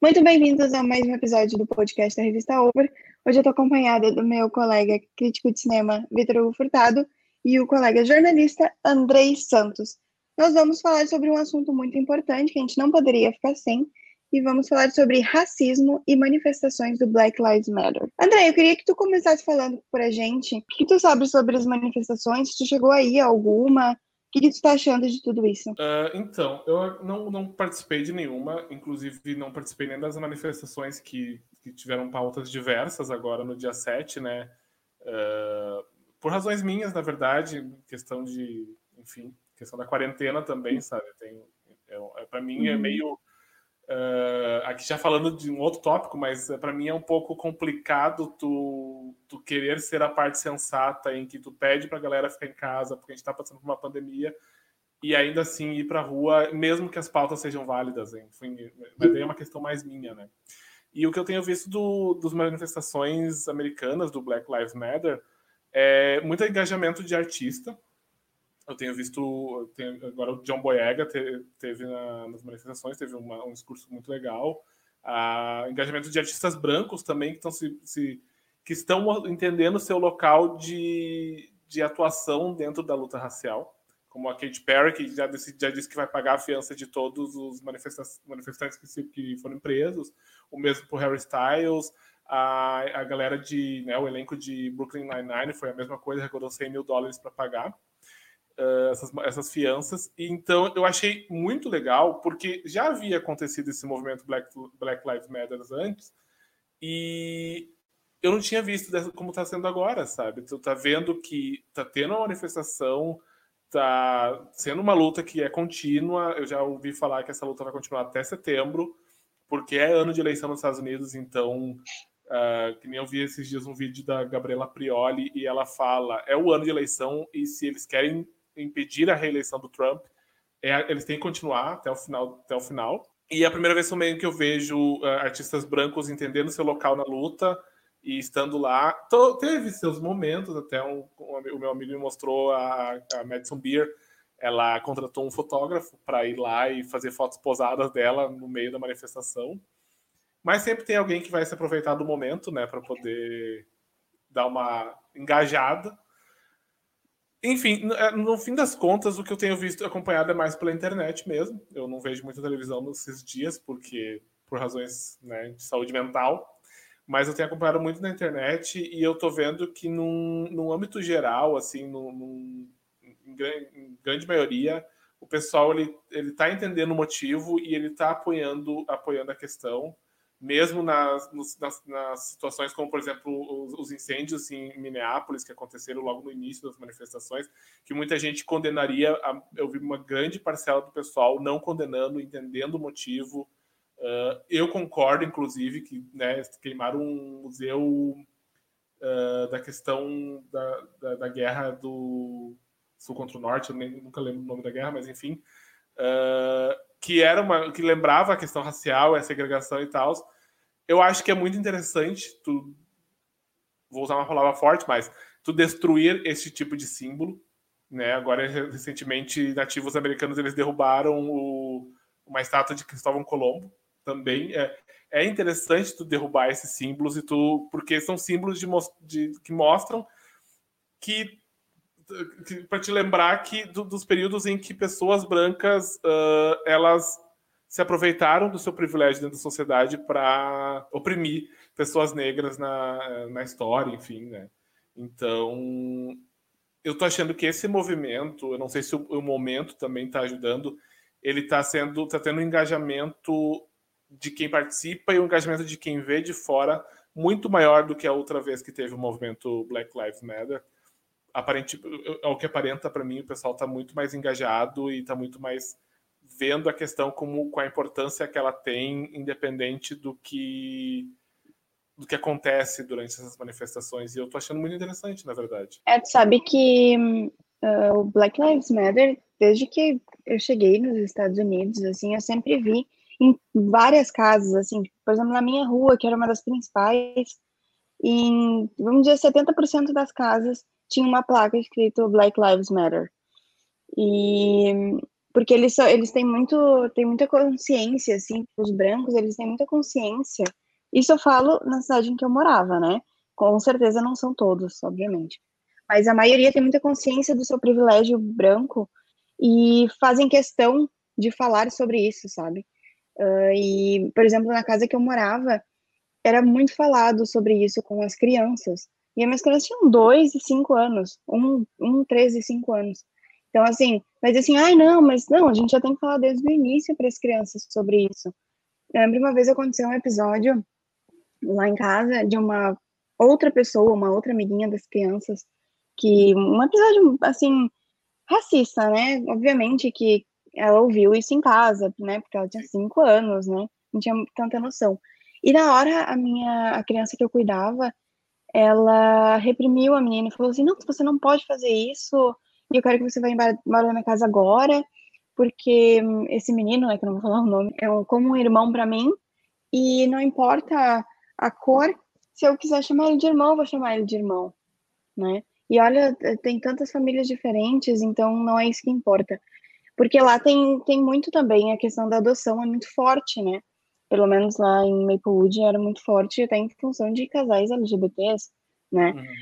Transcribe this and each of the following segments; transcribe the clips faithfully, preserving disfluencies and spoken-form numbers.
Muito bem-vindos a mais um episódio do podcast da Revista Over. Hoje eu estou acompanhada do meu colega crítico de cinema, Vitor Hugo Furtado, e o colega jornalista, Andrei Santos. Nós vamos falar sobre um assunto muito importante que a gente não poderia ficar sem, e vamos falar sobre racismo e manifestações do Black Lives Matter. Andrei, eu queria que tu começasse falando pra gente o que tu sabe sobre as manifestações, se tu chegou aí a alguma, o que, que tu tá achando de tudo isso? Uh, então, eu não, não participei de nenhuma, inclusive não participei nem das manifestações que, que tiveram pautas diversas agora no dia sete, né? Uh, por razões minhas, na verdade, questão de, enfim, questão da quarentena também, sabe? Tem, é, é, para mim é meio... Uh, aqui já falando de um outro tópico, mas para mim é um pouco complicado tu, tu querer ser a parte sensata em que tu pede pra galera ficar em casa porque a gente tá passando por uma pandemia e ainda assim ir pra rua, mesmo que as pautas sejam válidas, enfim, mas daí é uma questão mais minha, né? E o que eu tenho visto do, dos manifestações americanas do Black Lives Matter é muito engajamento de artista. Eu tenho visto, tenho, agora o John Boyega te, teve na, nas manifestações, teve uma, um discurso muito legal. Ah, engajamento de artistas brancos também, que estão, se, se, que estão entendendo o seu local de, de atuação dentro da luta racial. Como a Katy Perry, que já, disse, já disse que vai pagar a fiança de todos os manifestantes que, se, que foram presos. O mesmo para o Harry Styles. A, a galera de... Né, o elenco de Brooklyn Nine-Nine foi a mesma coisa, arrecadou cem mil dólares para pagar. Uh, essas, essas fianças. E, então eu achei muito legal, porque já havia acontecido esse movimento Black, Black Lives Matter antes, e eu não tinha visto dessa, como está sendo agora, sabe? Tu tá vendo que tá tendo uma manifestação, tá sendo uma luta que é contínua. Eu já ouvi falar que essa luta vai continuar até setembro, porque é ano de eleição nos Estados Unidos, então... Uh, que nem eu vi esses dias um vídeo da Gabriela Prioli e ela fala, é o ano de eleição e se eles querem impedir a reeleição do Trump, é, eles têm que continuar até o final. Até o final. E é a primeira vez também que eu vejo uh, artistas brancos entendendo seu local na luta e estando lá. Tô, teve seus momentos, até um, um, o meu amigo me mostrou a, a Madison Beer, ela contratou um fotógrafo para ir lá e fazer fotos posadas dela no meio da manifestação. Mas sempre tem alguém que vai se aproveitar do momento, né, para poder dar uma engajada. Enfim, no fim das contas, o que eu tenho visto acompanhado é mais pela internet mesmo. Eu não vejo muita televisão nesses dias, porque por razões, né, de saúde mental. Mas eu tenho acompanhado muito na internet e eu tô vendo que num, num âmbito geral, assim, num, num, em grande maioria, o pessoal ele, ele tá entendendo o motivo e ele tá apoiando, apoiando a questão. Mesmo nas, nas, nas situações como, por exemplo, os, os incêndios em Minneapolis, que aconteceram logo no início das manifestações, que muita gente condenaria, a, eu vi uma grande parcela do pessoal não condenando, entendendo o motivo. Uh, eu concordo, inclusive, que, né, queimaram um museu uh, da questão da, da, da guerra do Sul contra o Norte, eu nem, nunca lembro o nome da guerra, mas enfim... Uh, que era uma que lembrava a questão racial, a segregação e tal. Eu acho que é muito interessante tu, vou usar uma palavra forte, mas tu destruir esse tipo de símbolo, né? Agora recentemente nativos americanos eles derrubaram o, uma estátua de Cristóvão Colombo. Também é, é interessante tu derrubar esses símbolos e tu porque são símbolos de, de que mostram que para te lembrar que do, dos períodos em que pessoas brancas uh, elas se aproveitaram do seu privilégio dentro da sociedade para oprimir pessoas negras na, na história, enfim, né? Então, eu tô achando que esse movimento, eu não sei se o, o momento também está ajudando, ele está sendo, tá tendo um engajamento de quem participa e um engajamento de quem vê de fora muito maior do que a outra vez que teve o movimento Black Lives Matter. Aparente, ao que aparenta para mim, o pessoal está muito mais engajado e está muito mais vendo a questão como, com a importância que ela tem, independente do que do que acontece durante essas manifestações. E eu estou achando muito interessante, na verdade. É, tu sabe que uh, o Black Lives Matter, desde que eu cheguei nos Estados Unidos, assim, eu sempre vi em várias casas, assim, por exemplo, na minha rua, que era uma das principais, em, vamos dizer, setenta por cento das casas tinha uma placa escrito Black Lives Matter. E porque eles, são, eles têm, muito, têm muita consciência, assim, os brancos, eles têm muita consciência. Isso eu falo na cidade em que eu morava, né? Com certeza não são todos, obviamente. Mas a maioria tem muita consciência do seu privilégio branco e fazem questão de falar sobre isso, sabe? Uh, e, por exemplo, na casa que eu morava, era muito falado sobre isso com as crianças. E as minhas crianças tinham dois e cinco anos, um, um, três e cinco anos. Então, assim, mas assim, ai, não, mas não, a gente já tem que falar desde o início para as crianças sobre isso. Eu lembro uma vez aconteceu um episódio lá em casa de uma outra pessoa, uma outra amiguinha das crianças, que um episódio, assim, racista, né? Obviamente que ela ouviu isso em casa, né? Porque ela tinha cinco anos, né? Não tinha tanta noção. E na hora, a minha, a criança que eu cuidava, ela reprimiu a menina e falou assim, não, você não pode fazer isso, e eu quero que você vá embora, embora da minha casa agora, porque esse menino, né, que eu não vou falar o nome, é um, como um irmão para mim, e não importa a cor, se eu quiser chamar ele de irmão, eu vou chamar ele de irmão, né? E olha, tem tantas famílias diferentes, então não é isso que importa. Porque lá tem, tem muito também, a questão da adoção é muito forte, né? Pelo menos lá em Maplewood era muito forte, até em função de casais L G B Ts, né? Uhum.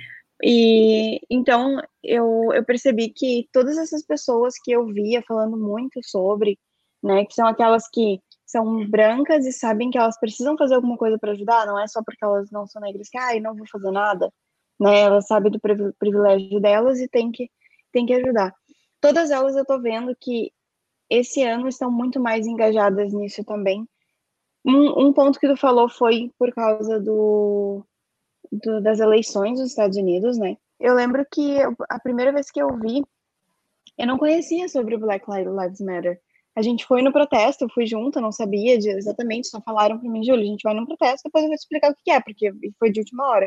E então eu, eu percebi que todas essas pessoas que eu via falando muito sobre, né, que são aquelas que são brancas e sabem que elas precisam fazer alguma coisa para ajudar, não é só porque elas não são negras que, ai, não vou fazer nada, né? Elas sabem do privilégio delas e tem que, tem que ajudar. Todas elas eu tô vendo que esse ano estão muito mais engajadas nisso também. Um, um ponto que tu falou foi por causa do, do, das eleições dos Estados Unidos, né? Eu lembro que eu, a primeira vez que eu vi, eu não conhecia sobre o Black Lives Matter. A gente foi no protesto, eu fui junto, não sabia de, exatamente, só falaram para mim, Júlia, a gente vai num protesto, depois eu vou te explicar o que é, porque foi de última hora.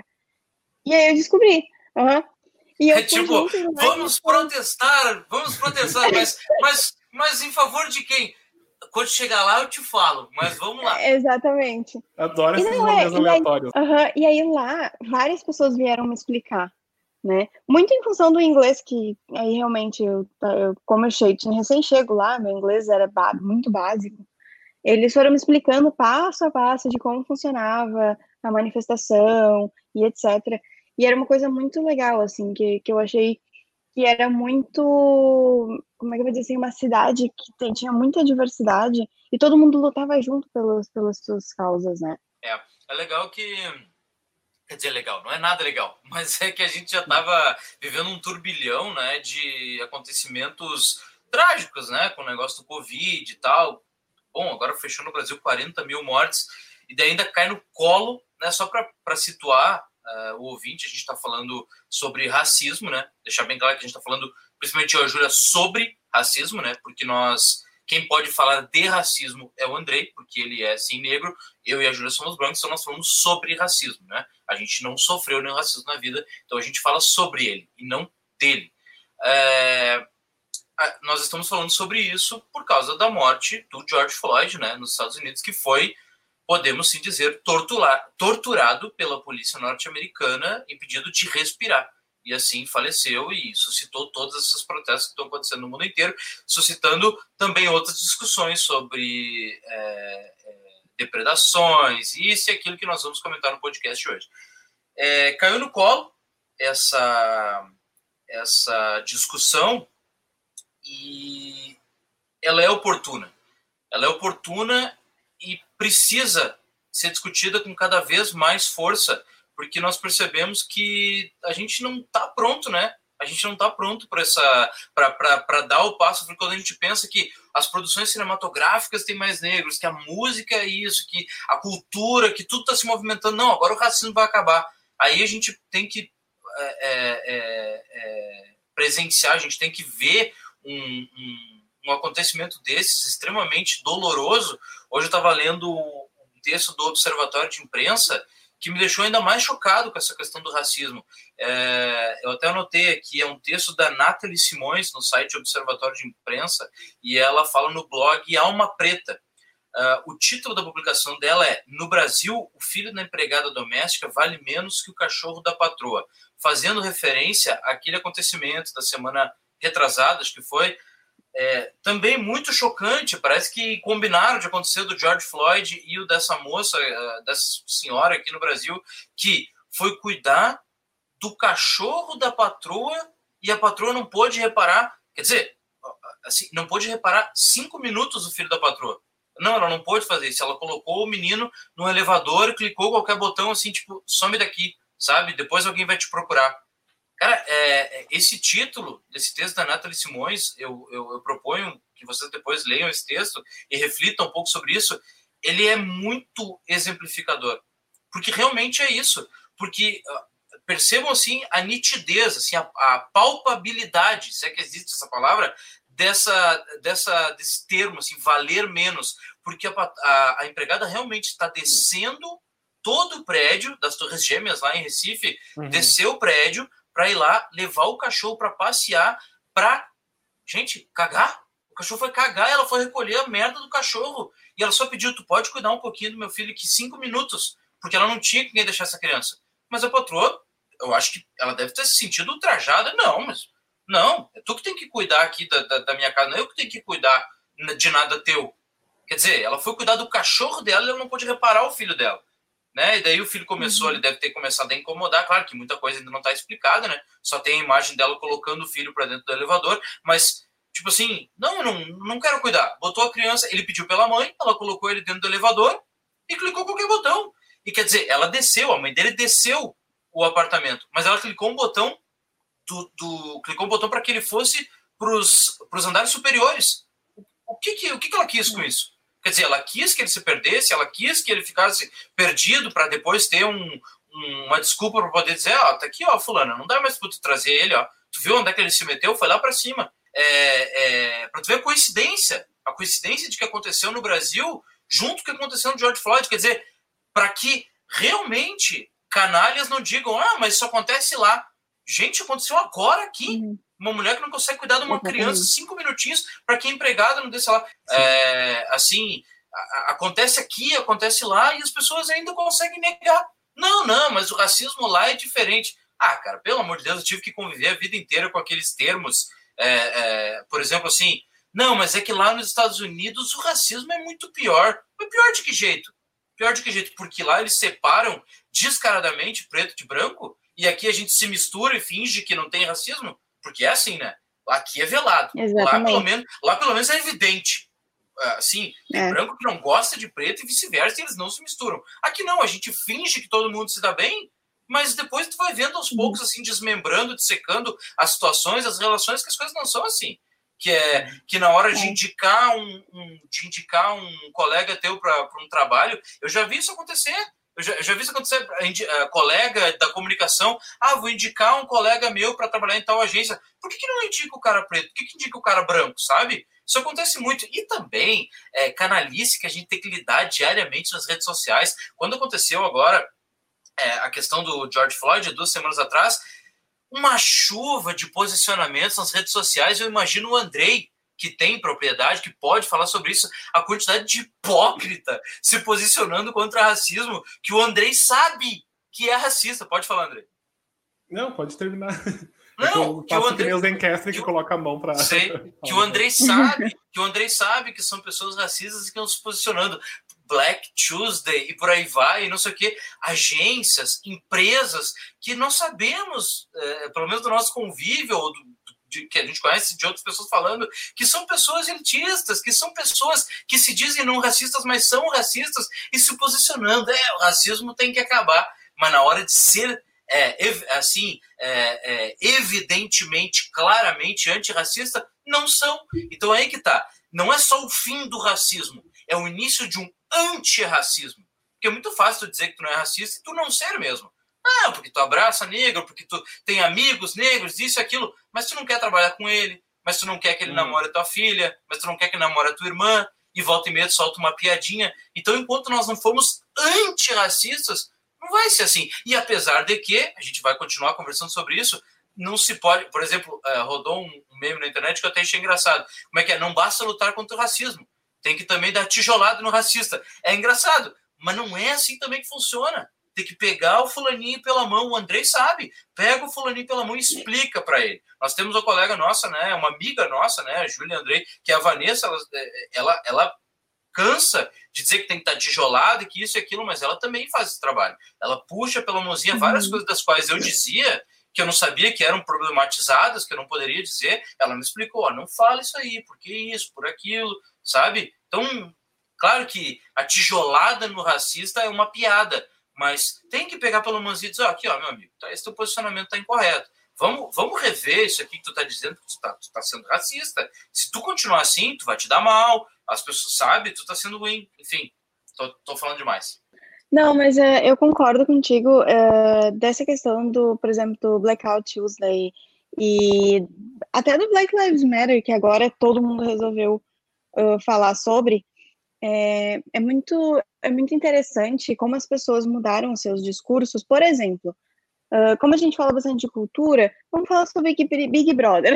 E aí eu descobri. Uhum. E eu é fui tipo, junto, né, vamos protestar, vamos protestar, mas, mas, mas em favor de quem? Quando chegar lá eu te falo, mas vamos lá. É, exatamente. Adoro E esses não é, nomes e aí, aleatórios. uhum, e aí lá, várias pessoas vieram me explicar, né? Muito em função do inglês, que aí realmente, eu, eu como eu cheguei, tinha recém-chego lá, meu inglês era muito básico. Eles foram me explicando passo a passo de como funcionava a manifestação e etcétera. E era uma coisa muito legal, assim, que, que eu achei que era muito, como é que eu vou dizer assim, uma cidade que tem, tinha muita diversidade e todo mundo lutava junto pelas, pelas suas causas, né? É, é legal que... Quer dizer, legal, não é nada legal, mas é que a gente já estava vivendo um turbilhão, né, de acontecimentos trágicos, né, com o negócio do Covid e tal. Bom, agora fechou no Brasil quarenta mil mortes, e daí ainda cai no colo, né, só para situar uh, o ouvinte, a gente está falando sobre racismo, né, deixar bem claro que a gente está falando, principalmente eu e a Júlia, sobre racismo, né, porque nós... Quem pode falar de racismo é o Andrei, porque ele é, sim, negro. Eu e a Júlia somos brancos, então nós falamos sobre racismo, né? A gente não sofreu nenhum racismo na vida, então a gente fala sobre ele, e não dele. É... Nós estamos falando sobre isso por causa da morte do George Floyd, né, nos Estados Unidos, que foi, podemos sim dizer, torturar, torturado pela polícia norte-americana, impedido de respirar. E assim faleceu e suscitou todas essas protestos que estão acontecendo no mundo inteiro, suscitando também outras discussões sobre é, é, depredações, e isso e aquilo que nós vamos comentar no podcast hoje. É, caiu no colo essa, essa discussão e ela é oportuna. Ela é oportuna e precisa ser discutida com cada vez mais força, porque nós percebemos que a gente não está pronto, né? A gente não está pronto para essa para dar o passo, porque quando a gente pensa que as produções cinematográficas têm mais negros, que a música é isso, que a cultura, que tudo está se movimentando, não, agora o racismo vai acabar. Aí a gente tem que é, é, é, presenciar, a gente tem que ver um, um, um acontecimento desses extremamente doloroso. Hoje eu estava lendo um texto do Observatório de Imprensa que me deixou ainda mais chocado com essa questão do racismo. É, eu até anotei aqui, é um texto da Nathalie Simões, no site Observatório de Imprensa, e ela fala no blog Alma Preta. Uh, o título da publicação dela é: No Brasil, o filho da empregada doméstica vale menos que o cachorro da patroa, fazendo referência àquele acontecimento da semana retrasada, acho que foi, é, também muito chocante, parece que combinaram de acontecer do George Floyd e o dessa moça, dessa senhora aqui no Brasil, que foi cuidar do cachorro da patroa e a patroa não pôde reparar, quer dizer, assim, não pôde reparar cinco minutos o filho da patroa. Não, ela não pôde fazer isso. Ela colocou o menino no elevador, clicou qualquer botão assim, tipo, some daqui, sabe? Depois alguém vai te procurar. Cara, é, esse título desse texto da Nathalie Simões, eu, eu, eu proponho que vocês depois leiam esse texto e reflitam um pouco sobre isso. Ele é muito exemplificador, porque realmente é isso. Porque percebam assim a nitidez, assim, a, a palpabilidade, se é que existe essa palavra, dessa, dessa, desse termo, assim, valer menos, porque a, a, a empregada realmente está descendo todo o prédio das Torres Gêmeas lá em Recife, uhum. desceu o prédio para ir lá levar o cachorro para passear, para, gente, cagar. O cachorro foi cagar, ela foi recolher a merda do cachorro e ela só pediu, tu pode cuidar um pouquinho do meu filho aqui cinco minutos, porque ela não tinha que deixar essa criança. Mas a patroa, eu acho que ela deve ter se sentido ultrajada. Não, mas não, é tu que tem que cuidar aqui da, da, da minha casa, não é eu que tenho que cuidar de nada teu. Quer dizer, ela foi cuidar do cachorro dela e ela não pôde reparar o filho dela. Né? E daí o filho começou, uhum. ele deve ter começado a incomodar, claro que muita coisa ainda não está explicada, né? Só tem a imagem dela colocando o filho para dentro do elevador, mas, tipo assim, não, não, não quero cuidar. Botou a criança, ele pediu pela mãe, ela colocou ele dentro do elevador e clicou qualquer botão. E quer dizer, ela desceu, a mãe dele desceu o apartamento, mas ela clicou um botão do, do clicou um botão para que ele fosse para os andares superiores. O, o, que, que, o que, que ela quis com isso? Quer dizer, ela quis que ele se perdesse, ela quis que ele ficasse perdido para depois ter um, um, uma desculpa para poder dizer, ó, oh, tá aqui, ó, fulano, não dá mais para tu trazer ele, ó. Tu viu onde é que ele se meteu? Foi lá para cima. É, é, para tu ver a coincidência, a coincidência de que aconteceu no Brasil junto com o que aconteceu no George Floyd. Quer dizer, para que realmente canalhas não digam, ah, mas isso acontece lá. Gente, aconteceu agora aqui. Uhum. Uma mulher que não consegue cuidar de uma Exatamente. criança cinco minutinhos para que a empregada não deixa lá. É, assim, a, a, acontece aqui, acontece lá e as pessoas ainda conseguem negar. Não, não, mas o racismo lá é diferente. Ah, cara, pelo amor de Deus, eu tive que conviver a vida inteira com aqueles termos. É, é, por exemplo, assim, não, mas é que lá nos Estados Unidos o racismo é muito pior. Mas pior de que jeito? Pior de que jeito? Porque lá eles separam descaradamente preto de branco e aqui a gente se mistura e finge que não tem racismo. Porque é assim, né? Aqui é velado. Lá pelo, menos, lá pelo menos é evidente. Assim, tem é. branco que não gosta de preto e vice-versa, e eles não se misturam. Aqui não, a gente finge que todo mundo se dá bem, mas depois tu vai vendo aos poucos, assim, desmembrando, dissecando as situações, as relações, que as coisas não são assim. Que é que na hora de indicar um, um, de indicar um colega teu para um trabalho, eu já vi isso acontecer. Eu já, eu já vi isso acontecer, uh, colega da comunicação, ah, vou indicar um colega meu para trabalhar em tal agência. Por que, que não indica o cara preto? Por que, que indica o cara branco, sabe? Isso acontece muito. E também, é, canalice que a gente tem que lidar diariamente nas redes sociais. Quando aconteceu agora é, a questão do George Floyd, duas semanas atrás, uma chuva de posicionamentos nas redes sociais, eu imagino o Andrei, que tem propriedade, que pode falar sobre isso, a quantidade de hipócrita se posicionando contra racismo, que o Andrei sabe que é racista. Pode falar, Andrei. Não, pode terminar. Não, que o Andrei... que o Zencastr que coloca a mão para... Sei, que o Andrei sabe, que o Andrei sabe que são pessoas racistas e que estão se posicionando. Black Tuesday e por aí vai, e não sei o quê. Agências, empresas que nós sabemos, é, pelo menos do nosso convívio, ou do De, que a gente conhece de outras pessoas falando, que são pessoas elitistas, que são pessoas que se dizem não racistas, mas são racistas e se posicionando. É, o racismo tem que acabar, mas na hora de ser é, ev, assim, é, é, evidentemente, claramente antirracista, não são. Então é aí que tá. Não é só o fim do racismo, é o início de um antirracismo. Porque é muito fácil tu dizer que tu não é racista e tu não ser mesmo. Ah, porque tu abraça negro, porque tu tem amigos negros, isso e aquilo, mas tu não quer trabalhar com ele, mas tu não quer que ele hum. namore tua filha, mas tu não quer que ele namore a tua irmã, e volta e meia tu solta uma piadinha. Então, enquanto nós não formos antirracistas, não vai ser assim. E apesar de que, a gente vai continuar conversando sobre isso, não se pode, por exemplo, uh, rodou um meme na internet que eu até achei engraçado. Como é que é? Não basta lutar contra o racismo, tem que também dar tijolada no racista. É engraçado, mas não é assim também que funciona. tem que pegar o fulaninho pela mão, o Andrei sabe, pega o fulaninho pela mão e explica para ele. Nós temos uma colega nossa, né, uma amiga nossa, né, a Júlia Andrei, que é a Vanessa, ela, ela, ela cansa de dizer que tem que estar tijolado e que isso e aquilo, mas ela também faz esse trabalho. Ela puxa pela mãozinha várias uhum. coisas das quais eu dizia que eu não sabia que eram problematizadas, que eu não poderia dizer. Ela me explicou, ó, não fala isso aí, por que isso, por aquilo, sabe? Então, claro que a tijolada no racista é uma piada, mas tem que pegar pela mãozinha e dizer, ó, aqui, ó, meu amigo, tá, esse teu posicionamento está incorreto. Vamos, vamos rever isso aqui que tu tá dizendo, que tu tá, tu tá sendo racista. Se tu continuar assim, tu vai te dar mal, as pessoas sabem, tu tá sendo ruim. Enfim, tô, tô falando demais. Não, mas é, eu concordo contigo é, dessa questão do, por exemplo, do Blackout Tuesday e até do Black Lives Matter, que agora todo mundo resolveu uh, falar sobre. É, é, muito, é muito interessante como as pessoas mudaram os seus discursos. Por exemplo, Uh, como a gente fala bastante de cultura, vamos falar sobre Big Brother.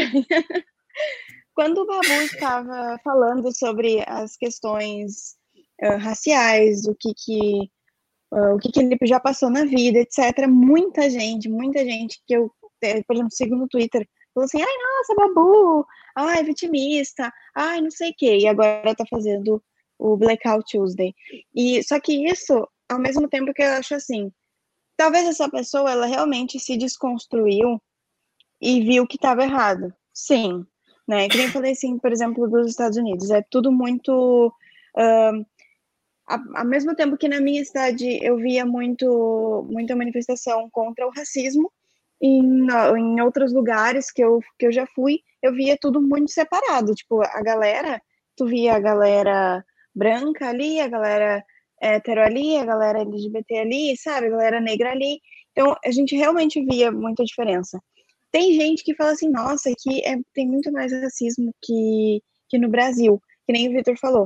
Quando o Babu estava falando sobre as questões uh, raciais, o que que, uh, o que que ele já passou na vida, etcétera, muita gente, muita gente que eu, por exemplo, sigo no Twitter, falou assim, ai, nossa, Babu, ai, vitimista, ai, não sei o quê, e agora tá fazendo o Blackout Tuesday. E, só que isso, ao mesmo tempo que eu acho assim, talvez essa pessoa, ela realmente se desconstruiu e viu que estava errado. Sim, né? Que nem eu falei assim, por exemplo, dos Estados Unidos. É tudo muito... Uh, ao mesmo tempo que na minha cidade eu via muito, muita manifestação contra o racismo, em, em outros lugares que eu, que eu já fui, eu via tudo muito separado. Tipo, a galera, tu via a galera branca ali, a galera... hétero ali, a galera L G B T ali, sabe, a galera negra ali. Então, a gente realmente via muita diferença. Tem gente que fala assim, nossa, aqui é, tem muito mais racismo que, que no Brasil, que nem o Vitor falou.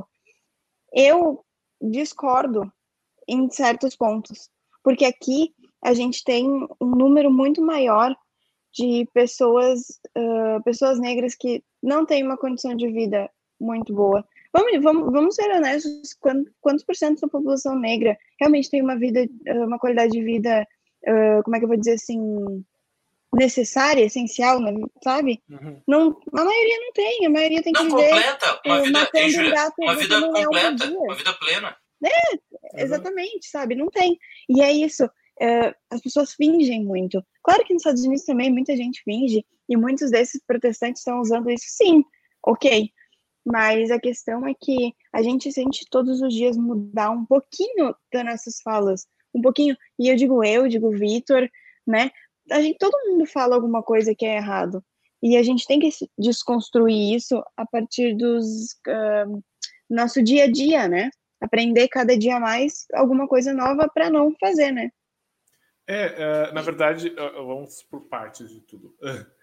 Eu discordo em certos pontos, porque aqui a gente tem um número muito maior de pessoas, uh, pessoas negras que não têm uma condição de vida muito boa. Vamos, vamos, vamos ser honestos, quantos, quantos por cento da população negra realmente tem uma vida, uma qualidade de vida, uh, como é que eu vou dizer assim, necessária, essencial, sabe? Uhum. Não, a maioria não tem, a maioria tem não, que viver... Não, completa, uma vida, hein, Júlia? Uma vida completa, um uma vida plena. É, exatamente, sabe? Não tem. E é isso, uh, as pessoas fingem muito. Claro que nos Estados Unidos também muita gente finge, e muitos desses protestantes estão usando isso, sim, ok. Mas a questão é que a gente sente todos os dias mudar um pouquinho das nossas falas, um pouquinho, e eu digo eu, digo Vitor, né? A gente, todo mundo fala alguma coisa que é errado, e a gente tem que desconstruir isso a partir dos uh, nosso dia a dia, né? Aprender cada dia mais alguma coisa nova para não fazer, né? É, uh, na verdade, uh, vamos por partes de tudo.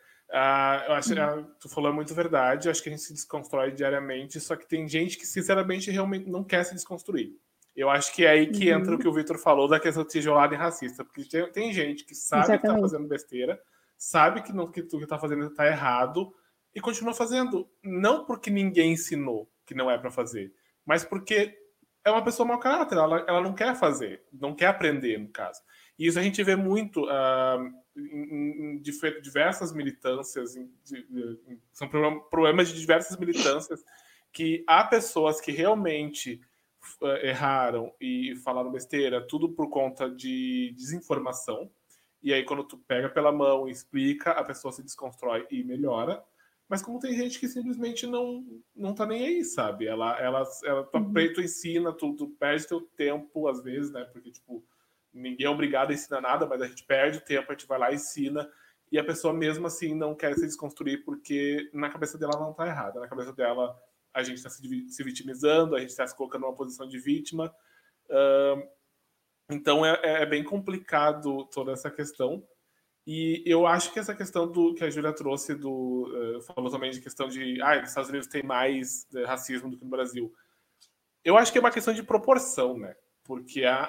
Uh, eu acho que uh, tu falou muito verdade, eu acho que a gente se desconstrói diariamente, só que tem gente que sinceramente realmente não quer se desconstruir. Eu acho que é aí que uhum. entra o que o Vitor falou da questão tijolada e racista, porque tem, tem gente que sabe Exatamente. que tá fazendo besteira, sabe que não, que tu que tá fazendo tá errado e continua fazendo, não porque ninguém ensinou que não é para fazer, mas porque é uma pessoa mau caráter, ela, ela não quer fazer, não quer aprender, no caso. E isso a gente vê muito uh, em, em diversas militâncias, em, em, são problemas de diversas militâncias, que há pessoas que realmente uh, erraram e falaram besteira, tudo por conta de desinformação. E aí, quando tu pega pela mão e explica, a pessoa se desconstrói e melhora. Mas como tem gente que simplesmente não, não tá nem aí, sabe? Ela, ela, ela tá uhum. preto, ensina, tu, tu perde teu tempo, às vezes, né? Porque, tipo, ninguém é obrigado a ensinar nada, mas a gente perde o tempo, a gente vai lá e ensina, e a pessoa mesmo assim não quer se desconstruir porque na cabeça dela não tá errada. Na cabeça dela a gente tá se, se vitimizando, a gente tá se colocando numa posição de vítima. Uh, então é, é bem complicado toda essa questão. E eu acho que essa questão do que a Júlia trouxe, do, uh, falou também de questão de ah, os Estados Unidos tem mais uh, racismo do que no Brasil. Eu acho que é uma questão de proporção, né? Porque a,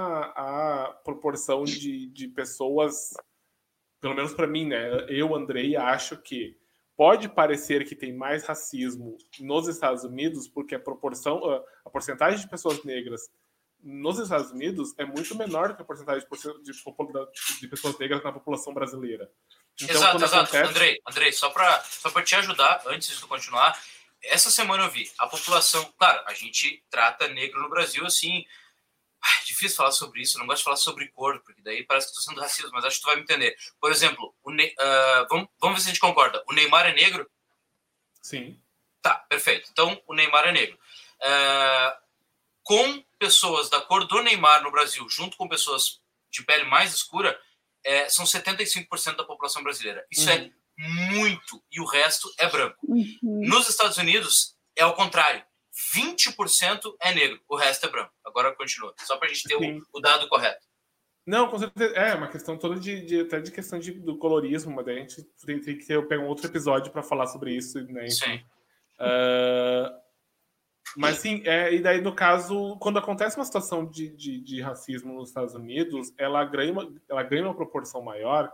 a, a proporção de, de pessoas, pelo menos para mim, né? Eu, Andrei, acho que pode parecer que tem mais racismo nos Estados Unidos, porque a proporção, a, a porcentagem de pessoas negras nos Estados Unidos é muito menor do que a porcentagem de, de, de pessoas negras na população brasileira. Então, exato, exato. Acontece... Andrei, Andrei, só para só para te ajudar, antes de continuar, essa semana eu vi a população... Claro, a gente trata negro no Brasil assim... É difícil falar sobre isso, eu não gosto de falar sobre cor, porque daí parece que estou sendo racista, mas acho que tu vai me entender. Por exemplo, o ne... uh, vamos, vamos ver se a gente concorda. O Neymar é negro? Sim. Tá, perfeito. Então, o Neymar é negro. Uh, com pessoas da cor do Neymar no Brasil, junto com pessoas de pele mais escura, é, são setenta e cinco por cento da população brasileira. Isso uhum. é muito, e o resto é branco. Uhum. Nos Estados Unidos, é ao contrário. vinte por cento é negro, o resto é branco. Agora continua, só para a gente ter o, o dado correto. Não, com certeza. É uma questão toda de, de até de questão de, do colorismo, mas daí a gente tem, tem que ter, pegar um outro episódio para falar sobre isso, né? Enfim. Sim. Uh, mas sim, é, e daí no caso, quando acontece uma situação de, de, de racismo nos Estados Unidos, ela ganha uma, ela ganha uma proporção maior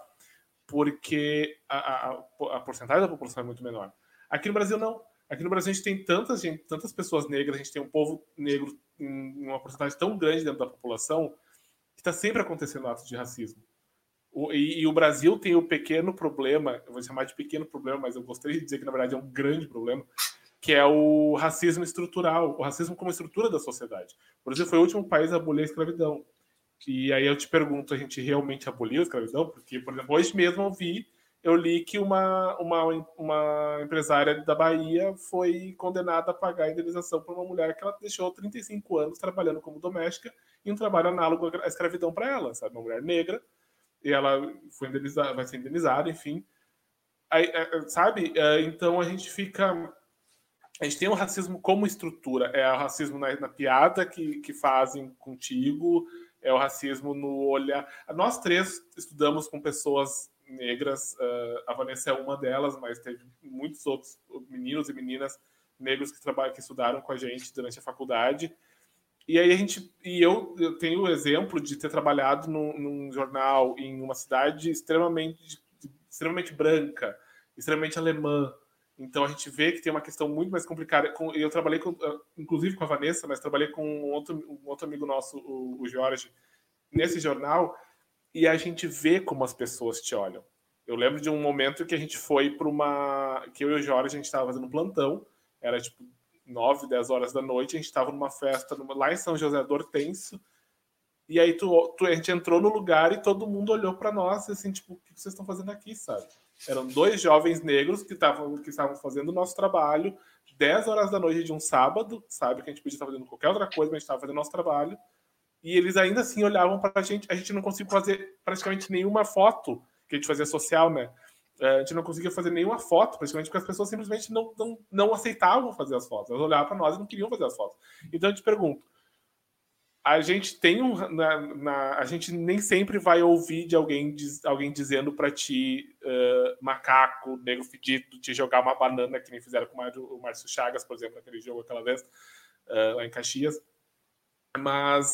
porque a, a, a porcentagem da população é muito menor. Aqui no Brasil, não. Aqui no Brasil a gente tem tantas, gente, tantas pessoas negras, a gente tem um povo negro em uma porcentagem tão grande dentro da população que está sempre acontecendo atos de racismo. O, e, e o Brasil tem o pequeno problema, eu vou chamar de pequeno problema, mas eu gostaria de dizer que na verdade é um grande problema, que é o racismo estrutural, o racismo como estrutura da sociedade. O Brasil foi o último país a abolir a escravidão. E aí eu te pergunto, a gente realmente aboliu a escravidão? Porque, por exemplo, hoje mesmo eu vi eu li que uma, uma, uma empresária da Bahia foi condenada a pagar a indenização por uma mulher que ela deixou trinta e cinco anos trabalhando como doméstica em um trabalho análogo à escravidão para ela, sabe? Uma mulher negra, e ela foi indenizada, vai ser indenizada, enfim. Aí, sabe? Então a gente fica... A gente tem o racismo como estrutura. É o racismo na, na piada que, que fazem contigo, é o racismo no olhar... Nós três estudamos com pessoas negras, uh, a Vanessa é uma delas, mas teve muitos outros meninos e meninas negros que trabalham, que estudaram com a gente durante a faculdade. E aí a gente, e eu, eu tenho o exemplo de ter trabalhado num, num jornal em uma cidade extremamente, extremamente branca, extremamente alemã. Então a gente vê que tem uma questão muito mais complicada. Com, eu trabalhei, com, inclusive com a Vanessa, mas trabalhei com um outro, um outro amigo nosso, o, o Jorge, nesse jornal. E a gente vê como as pessoas te olham. Eu lembro de um momento que a gente foi para uma... Que eu e o Jorge, a gente estava fazendo um plantão. Era tipo nove, dez horas da noite. A gente estava numa festa numa... lá em São José do Hortêncio. E aí tu, tu, a gente entrou no lugar e todo mundo olhou para nós. Assim, tipo, o que vocês estão fazendo aqui, sabe? Eram dois jovens negros que, tavam, que estavam fazendo o nosso trabalho. dez horas da noite de um sábado, sabe? Que a gente podia estar fazendo qualquer outra coisa, mas a gente estava fazendo o nosso trabalho. E eles ainda assim olhavam para a gente. A gente não conseguiu fazer praticamente nenhuma foto, que a gente fazia social, né? A gente não conseguia fazer nenhuma foto, praticamente, porque as pessoas simplesmente não, não, não aceitavam fazer as fotos. Elas olhavam para nós e não queriam fazer as fotos. Então eu te pergunto, a gente tem um... Na, na, a gente nem sempre vai ouvir de alguém, diz, alguém dizendo para ti, uh, macaco, negro fedido, te jogar uma banana, que nem fizeram com o Márcio Chagas, por exemplo, naquele jogo aquela vez, uh, lá em Caxias. Mas...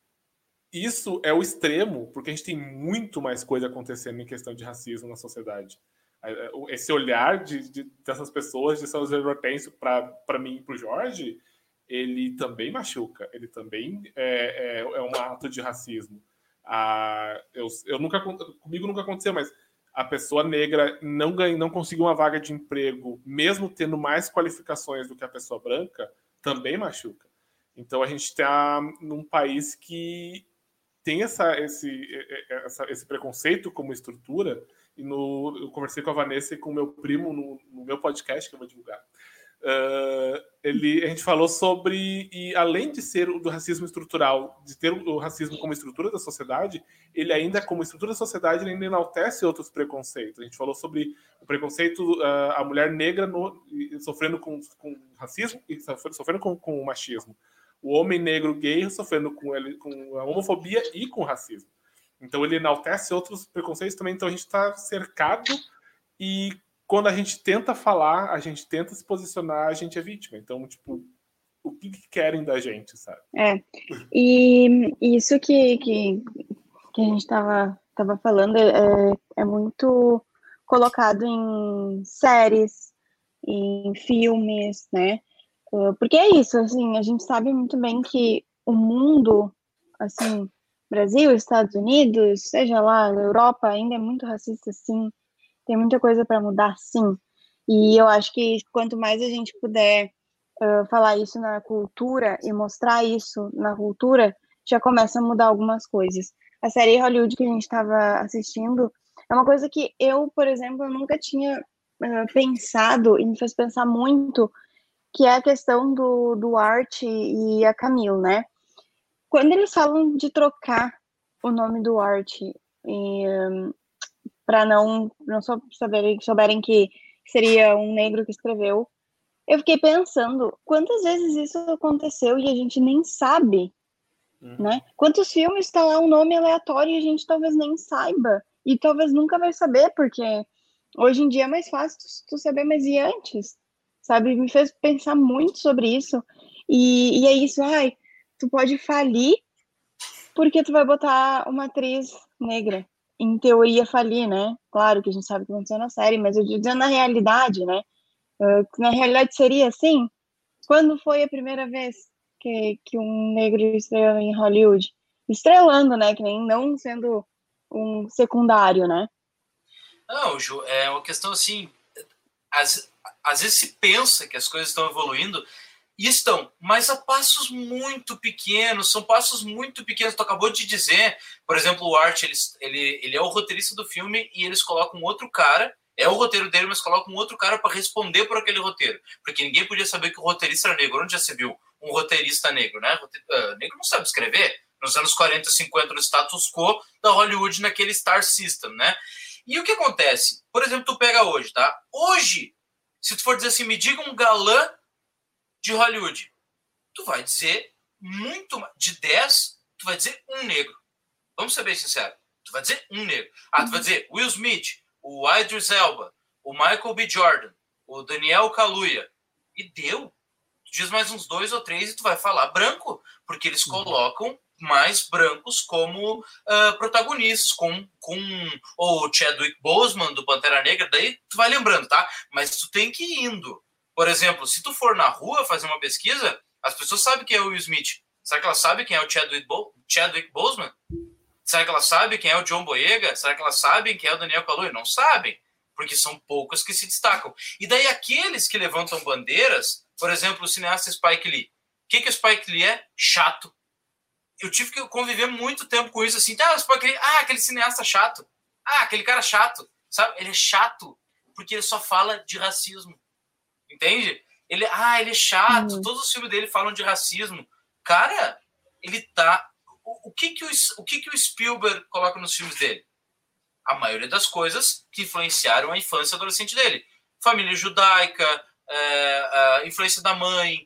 Isso é o extremo, porque a gente tem muito mais coisa acontecendo em questão de racismo na sociedade. Esse olhar de, de, dessas pessoas de São José do Hortêncio para mim e para o Jorge, ele também machuca, ele também é, é, é um ato de racismo. Ah, eu, eu nunca, comigo nunca aconteceu, mas a pessoa negra não, ganha, não conseguiu uma vaga de emprego, mesmo tendo mais qualificações do que a pessoa branca, também machuca. Então a gente está num país que tem essa, esse, essa, esse preconceito como estrutura, e no, eu conversei com a Vanessa e com o meu primo no, no meu podcast, que eu vou divulgar. Uh, ele, a gente falou sobre, e além de ser o do racismo estrutural, de ter o racismo como estrutura da sociedade, ele ainda, como estrutura da sociedade, ele ainda enaltece outros preconceitos. A gente falou sobre o preconceito, uh, a mulher negra no, sofrendo com, com racismo e sofrendo com, com o machismo. O homem negro gay sofrendo com, ele, com a homofobia e com o racismo. Então ele enaltece outros preconceitos também. Então a gente está cercado e quando a gente tenta falar, a gente tenta se posicionar, a gente é vítima. Então, tipo, o que, que querem da gente, sabe? É, e isso que, que, que a gente estava tava falando é, é muito colocado em séries, em filmes, né? Porque é isso, assim, a gente sabe muito bem que o mundo assim, Brasil, Estados Unidos, seja lá, Europa, ainda é muito racista, sim. Tem muita coisa para mudar, sim. E eu acho que quanto mais a gente puder uh, falar isso na cultura e mostrar isso na cultura, já começa a mudar algumas coisas. A série Hollywood que a gente estava assistindo é uma coisa que eu, por exemplo, nunca tinha uh, pensado e me fez pensar muito, que é a questão do, do Art e a Camille, né? Quando eles falam de trocar o nome do Art um, para não, não souberem, souberem que seria um negro que escreveu, eu fiquei pensando quantas vezes isso aconteceu e a gente nem sabe, uhum. né? Quantos filmes está lá um nome aleatório e a gente talvez nem saiba e talvez nunca vai saber, porque hoje em dia é mais fácil tu saber, mas e antes? Sabe? Me fez pensar muito sobre isso e, e é isso, ai, tu pode falir porque tu vai botar uma atriz negra. Em teoria falir, né? Claro que a gente sabe que aconteceu na série, mas eu dizendo na realidade, né? Uh, na realidade seria assim? Quando foi a primeira vez que, que um negro estreou em Hollywood? Estrelando, né? Que nem não sendo um secundário, né? Não, Ju, é uma questão assim, às, às vezes se pensa que as coisas estão evoluindo e estão, mas a passos muito pequenos, são passos muito pequenos. Tu acabou de dizer, por exemplo, o Art, ele, ele, ele é o roteirista do filme e eles colocam outro cara, é o roteiro dele, mas colocam outro cara para responder por aquele roteiro, porque ninguém podia saber que o roteirista era negro. Onde já se viu um roteirista negro, né? Uh, negro não sabe escrever. Nos anos quarenta, cinquenta, no status quo da Hollywood, naquele Star System, né? E o que acontece? Por exemplo, tu pega hoje, tá? Hoje, se tu for dizer assim, me diga um galã de Hollywood, tu vai dizer muito de dez, tu vai dizer um negro. Vamos ser bem sinceros. Tu vai dizer um negro. Ah, tu vai dizer Will Smith, o Idris Elba, o Michael B. Jordan, o Daniel Kaluuya. E deu. Tu diz mais uns dois ou três e tu vai falar branco, porque eles colocam mais brancos como uh, protagonistas, com, com o Chadwick Boseman do Pantera Negra, daí tu vai lembrando, tá? Mas tu tem que ir indo. Por exemplo, se tu for na rua fazer uma pesquisa, as pessoas sabem quem é o Will Smith. Será que elas sabem quem é o Chadwick, Bo- Chadwick Boseman? Será que elas sabem quem é o John Boyega? Será que elas sabem quem é o Daniel Kaluuya? Não sabem, porque são poucas que se destacam. E daí aqueles que levantam bandeiras, por exemplo, o cineasta Spike Lee. O que, que o Spike Lee é? Chato. Eu tive que conviver muito tempo com isso, assim, ah, o Spike Lee, ah, aquele cineasta chato. Ah, aquele cara chato. Sabe? Ele é chato porque ele só fala de racismo. Entende? Ele, ah, ele é chato, uhum. Todos os filmes dele falam de racismo. Cara, ele tá... O, o, que, que, o, o que, que o Spielberg coloca nos filmes dele? A maioria das coisas que influenciaram a infância e adolescente dele. Família judaica, é, a influência da mãe,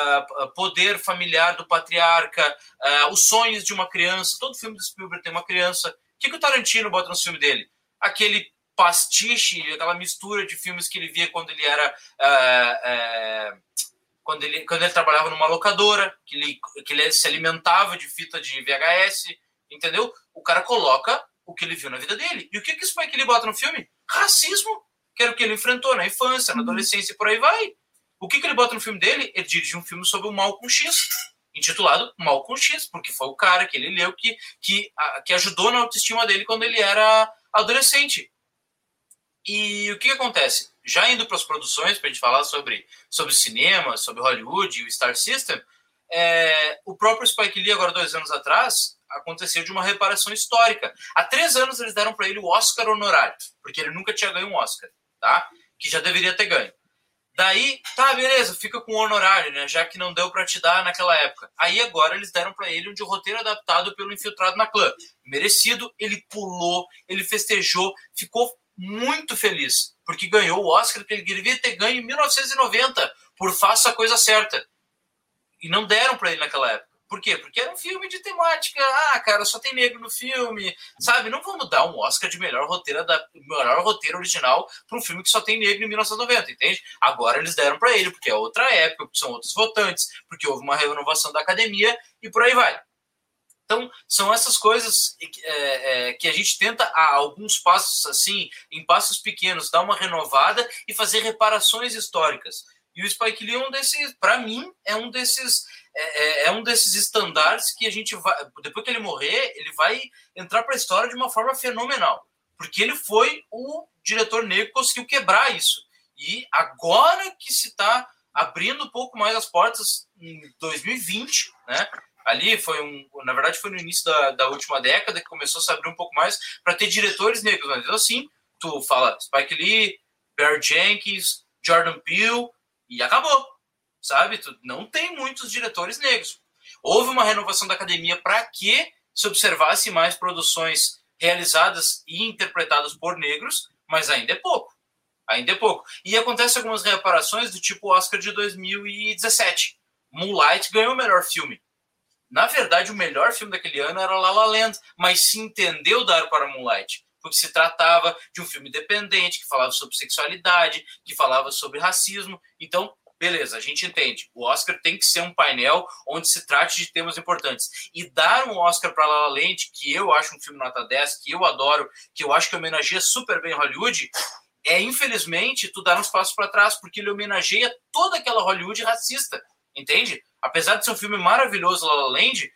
a poder familiar do patriarca, a, os sonhos de uma criança. Todo filme do Spielberg tem uma criança. O que, que o Tarantino bota nos filmes dele? Aquele pastiche, aquela mistura de filmes que ele via quando ele era é, é, quando, ele, quando ele trabalhava numa locadora, que ele, que ele se alimentava de fita de V H S, entendeu? O cara coloca o que ele viu na vida dele. E o que, que isso vai que ele bota no filme? Racismo, que era o que ele enfrentou na infância, na adolescência e por aí vai. O que, que ele bota no filme dele? Ele dirige um filme sobre o Malcolm X, intitulado Malcolm X, porque foi o cara que ele leu que, que, a, que ajudou na autoestima dele quando ele era adolescente. E o que, que acontece? Já indo para as produções, para a gente falar sobre, sobre cinema, sobre Hollywood e o Star System, é, o próprio Spike Lee, agora dois anos atrás, aconteceu de uma reparação histórica. Há três anos eles deram para ele o Oscar honorário, porque ele nunca tinha ganho um Oscar, tá? Que já deveria ter ganho. Daí, tá, beleza, fica com o honorário, né? Já que não deu para te dar naquela época. Aí agora eles deram para ele um de roteiro adaptado pelo Infiltrado na Clã. Merecido, ele pulou, ele festejou, ficou muito feliz, porque ganhou o Oscar que ele devia ter ganho em mil novecentos e noventa por Faça a Coisa Certa. E não deram para ele naquela época. Por quê? Porque era um filme de temática. Ah, cara, só tem negro no filme. Sabe? Não vamos dar um Oscar de melhor roteiro, da, melhor roteiro original para um filme que só tem negro em mil novecentos e noventa, entende? Agora eles deram para ele, porque é outra época, porque são outros votantes, porque houve uma renovação da academia e por aí vai. Então, são essas coisas é, é, que a gente tenta, a alguns passos assim, em passos pequenos, dar uma renovada e fazer reparações históricas. E o Spike Lee é um desses, para mim, é um desses é, é um desses estandartes que a gente vai, depois que ele morrer, ele vai entrar para a história de uma forma fenomenal, porque ele foi o diretor negro que conseguiu quebrar isso. E agora que se está abrindo um pouco mais as portas em dois mil e vinte, né? Ali foi um, na verdade foi no início da, da última década que começou a se abrir um pouco mais para ter diretores negros, mas assim, tu fala Spike Lee, Barry Jenkins, Jordan Peele e acabou, sabe? Tu não tem muitos diretores negros. Houve uma renovação da academia para que se observasse mais produções realizadas e interpretadas por negros, mas ainda é pouco. Ainda é pouco. E acontece algumas reparações do tipo Oscar de dois mil e dezessete. Moonlight ganhou o melhor filme. Na verdade, o melhor filme daquele ano era La La Land, mas se entendeu dar para Moonlight, porque se tratava de um filme independente, que falava sobre sexualidade, que falava sobre racismo. Então, beleza, a gente entende. O Oscar tem que ser um painel onde se trate de temas importantes. E dar um Oscar para La La Land, que eu acho um filme nota dez, que eu adoro, que eu acho que homenageia super bem Hollywood, é, infelizmente, tu dar uns passos para trás, porque ele homenageia toda aquela Hollywood racista, entende? Apesar de ser um filme maravilhoso, La La Land,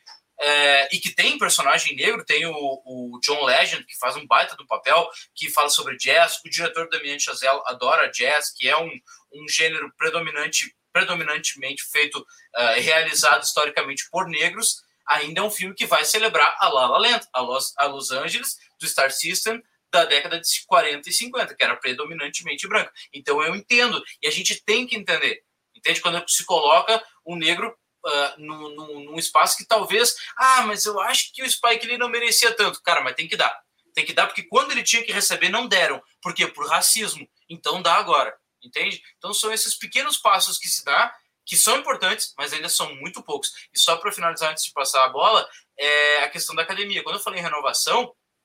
é, e que tem personagem negro, tem o, o John Legend, que faz um baita do papel, que fala sobre jazz, o diretor Damien Chazelle adora jazz, que é um, um gênero predominante, predominantemente feito, uh, realizado historicamente por negros, ainda é um filme que vai celebrar a La La Land, a Los, a Los Angeles, do Star System, da década de quarenta e cinquenta, que era predominantemente branca. Então eu entendo, e a gente tem que entender. Entende? Quando se coloca um negro uh, num, num, num espaço que talvez, ah, mas eu acho que o Spike Lee não merecia tanto. Cara, mas tem que dar. Tem que dar porque quando ele tinha que receber, não deram. Por quê? Por racismo. Então dá agora. Entende? Então são esses pequenos passos que se dá, que são importantes, mas ainda são muito poucos. E só para finalizar, antes de passar a bola, é a questão da academia. Quando eu falei em renovação,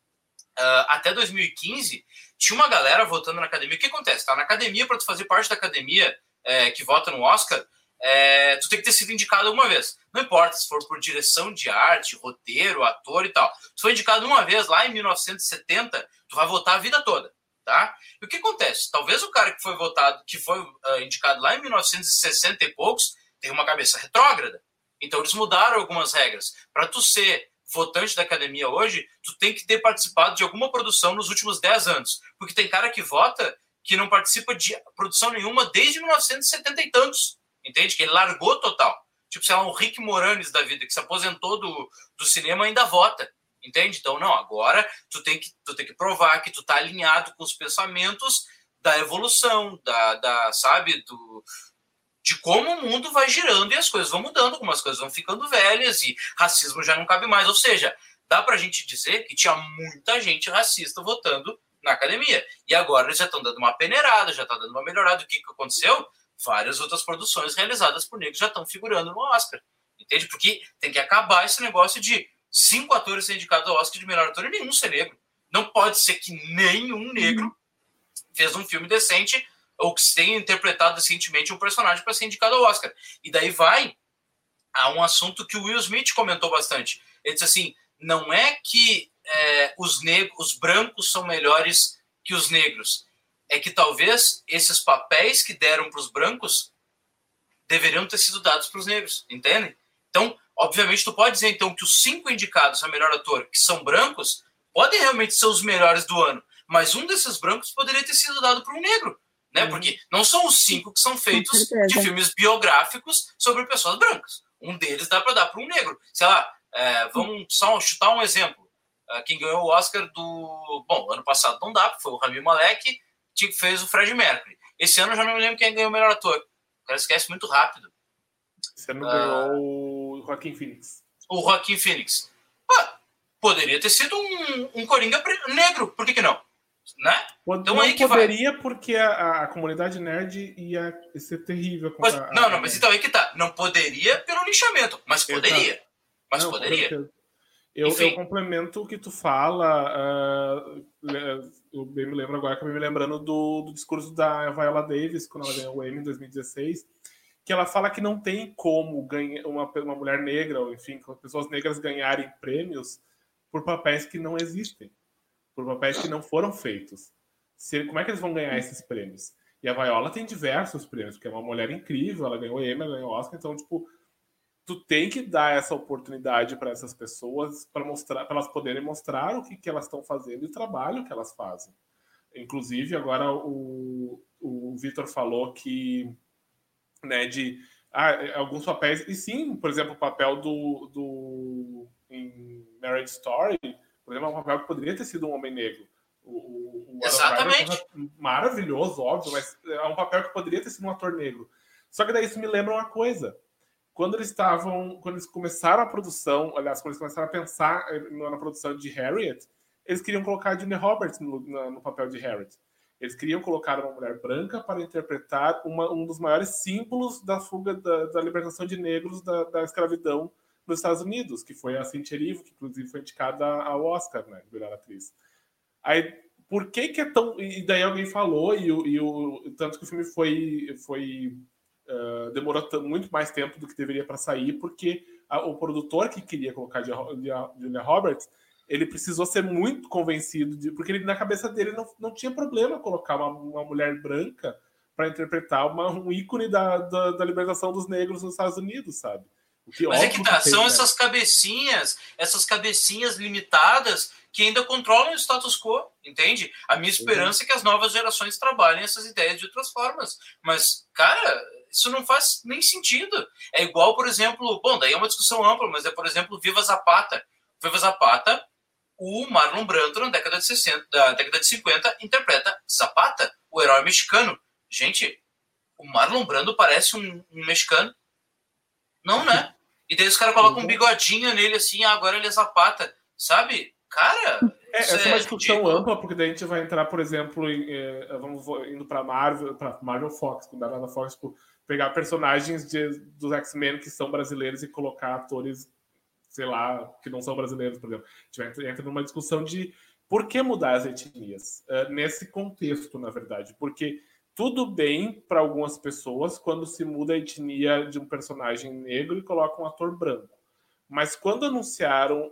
uh, até dois mil e quinze, tinha uma galera votando na academia. O que acontece? Tá na academia, para tu fazer parte da academia, É, que vota no Oscar, é, tu tem que ter sido indicado alguma vez. Não importa se for por direção de arte, roteiro, ator e tal. Tu foi indicado uma vez lá em mil novecentos e setenta, tu vai votar a vida toda, tá? E o que acontece? Talvez o cara que foi votado, que foi uh, indicado lá em mil novecentos e sessenta e poucos, tenha uma cabeça retrógrada. Então eles mudaram algumas regras. Para tu ser votante da academia hoje, tu tem que ter participado de alguma produção nos últimos dez anos. Porque tem cara que vota que não participa de produção nenhuma desde mil novecentos e setenta e tantos, entende? Que ele largou total. Tipo, sei lá, um Rick Moranis da vida, que se aposentou do, do cinema, ainda vota, entende? Então, não, agora tu tem que, tu tem que provar que tu tá alinhado com os pensamentos da evolução, da, da sabe, do, de como o mundo vai girando e as coisas vão mudando, algumas coisas vão ficando velhas e racismo já não cabe mais. Ou seja, dá pra gente dizer que tinha muita gente racista votando na academia. E agora eles já estão dando uma peneirada, já estão dando uma melhorada. O que, que aconteceu? Várias outras produções realizadas por negros já estão figurando no Oscar. Entende? Porque tem que acabar esse negócio de cinco atores serem indicados ao Oscar de melhor ator e nenhum ser negro. Não pode ser que nenhum negro fez um filme decente ou que tenha interpretado decentemente um personagem para ser indicado ao Oscar. E daí vai a um assunto que o Will Smith comentou bastante. Ele disse assim, não é que É, os, negros, os brancos são melhores que os negros. É que talvez esses papéis que deram para os brancos deveriam ter sido dados para os negros, entende? Então, obviamente, tu pode dizer então que os cinco indicados a melhor ator, que são brancos, podem realmente ser os melhores do ano, mas um desses brancos poderia ter sido dado para um negro, né? Uhum. Porque não são os cinco que são feitos de filmes biográficos sobre pessoas brancas. Um deles dá para dar para um negro. Sei lá, é, vamos só chutar um exemplo. Quem ganhou o Oscar do... Bom, ano passado não dá, foi o Rami Malek que fez o Freddie Mercury. Esse ano eu já não me lembro quem ganhou o melhor ator. O cara esquece muito rápido. Esse ano uh... ganhou o Joaquin Phoenix. O Joaquin Phoenix. Ah, poderia ter sido um, um Coringa negro, por que que não? Né? Então, não aí que poderia vai. Porque a, a comunidade nerd ia ser terrível. Mas, a, não, a... não, mas então aí que tá. Não poderia pelo lixamento, mas poderia. Exato. Mas não, poderia. Eu, eu complemento o que tu fala. Uh, eu bem me lembro agora, que eu me lembrando do, do discurso da Viola Davis, quando ela ganhou o Emmy em dois mil e dezesseis, que ela fala que não tem como ganhar uma, uma mulher negra, ou enfim, pessoas negras ganharem prêmios por papéis que não existem, por papéis que não foram feitos. Se, como é que eles vão ganhar esses prêmios? E a Viola tem diversos prêmios, porque é uma mulher incrível, ela ganhou o Emmy, ela ganhou o Oscar, então, tipo, tu tem que dar essa oportunidade para essas pessoas, para mostrar, para elas poderem mostrar o que, que elas estão fazendo e o trabalho que elas fazem. Inclusive, agora o, o Vitor falou que, né, de ah, alguns papéis, e sim, por exemplo, o papel do, do em Marriage Story, por exemplo, é um papel que poderia ter sido um homem negro. O, o Exatamente. Adam Driver, maravilhoso, óbvio, mas é um papel que poderia ter sido um ator negro. Só que daí isso me lembra uma coisa. Quando eles estavam, quando eles começaram a produção, aliás, quando eles começaram a pensar na produção de Harriet, eles queriam colocar a Julia Roberts no, no, no papel de Harriet. Eles queriam colocar uma mulher branca para interpretar uma, um dos maiores símbolos da fuga da, da libertação de negros da, da escravidão nos Estados Unidos, que foi a Cynthia Erivo, que inclusive foi indicada ao Oscar, né, melhor atriz. Aí, por que que é tão... E daí alguém falou, e o, e o tanto que o filme foi... foi uh, demorou muito mais tempo do que deveria para sair, porque a, o produtor que queria colocar a Julia Roberts, ele precisou ser muito convencido, de, porque ele, na cabeça dele não, não tinha problema colocar uma, uma mulher branca para interpretar uma, um ícone da, da, da libertação dos negros nos Estados Unidos, sabe? O que, Mas é que tá, que são tem, essas né? cabecinhas, essas cabecinhas limitadas que ainda controlam o status quo, entende? A minha esperança uhum. é que as novas gerações trabalhem essas ideias de outras formas. Mas, cara, isso não faz nem sentido. É igual, por exemplo, bom, daí é uma discussão ampla, mas é, por exemplo, Viva Zapata. Viva Zapata, o Marlon Brando, na década de sessenta, da década de cinquenta, interpreta Zapata, o herói mexicano. Gente, o Marlon Brando parece um, um mexicano. Não, né? E daí os caras colocam um bigodinho nele assim, ah, agora ele é Zapata. Sabe? Cara... É, essa é uma discussão ridículo. ampla, porque daí a gente vai entrar, por exemplo, em, eh, vamos indo para Marvel, para Marvel Fox, com da Fox, por pegar personagens de, dos X-Men que são brasileiros e colocar atores, sei lá, que não são brasileiros, por exemplo. A gente vai entrar numa discussão de por que mudar as etnias. Uh, nesse contexto, na verdade. Porque tudo bem para algumas pessoas quando se muda a etnia de um personagem negro e coloca um ator branco. Mas quando anunciaram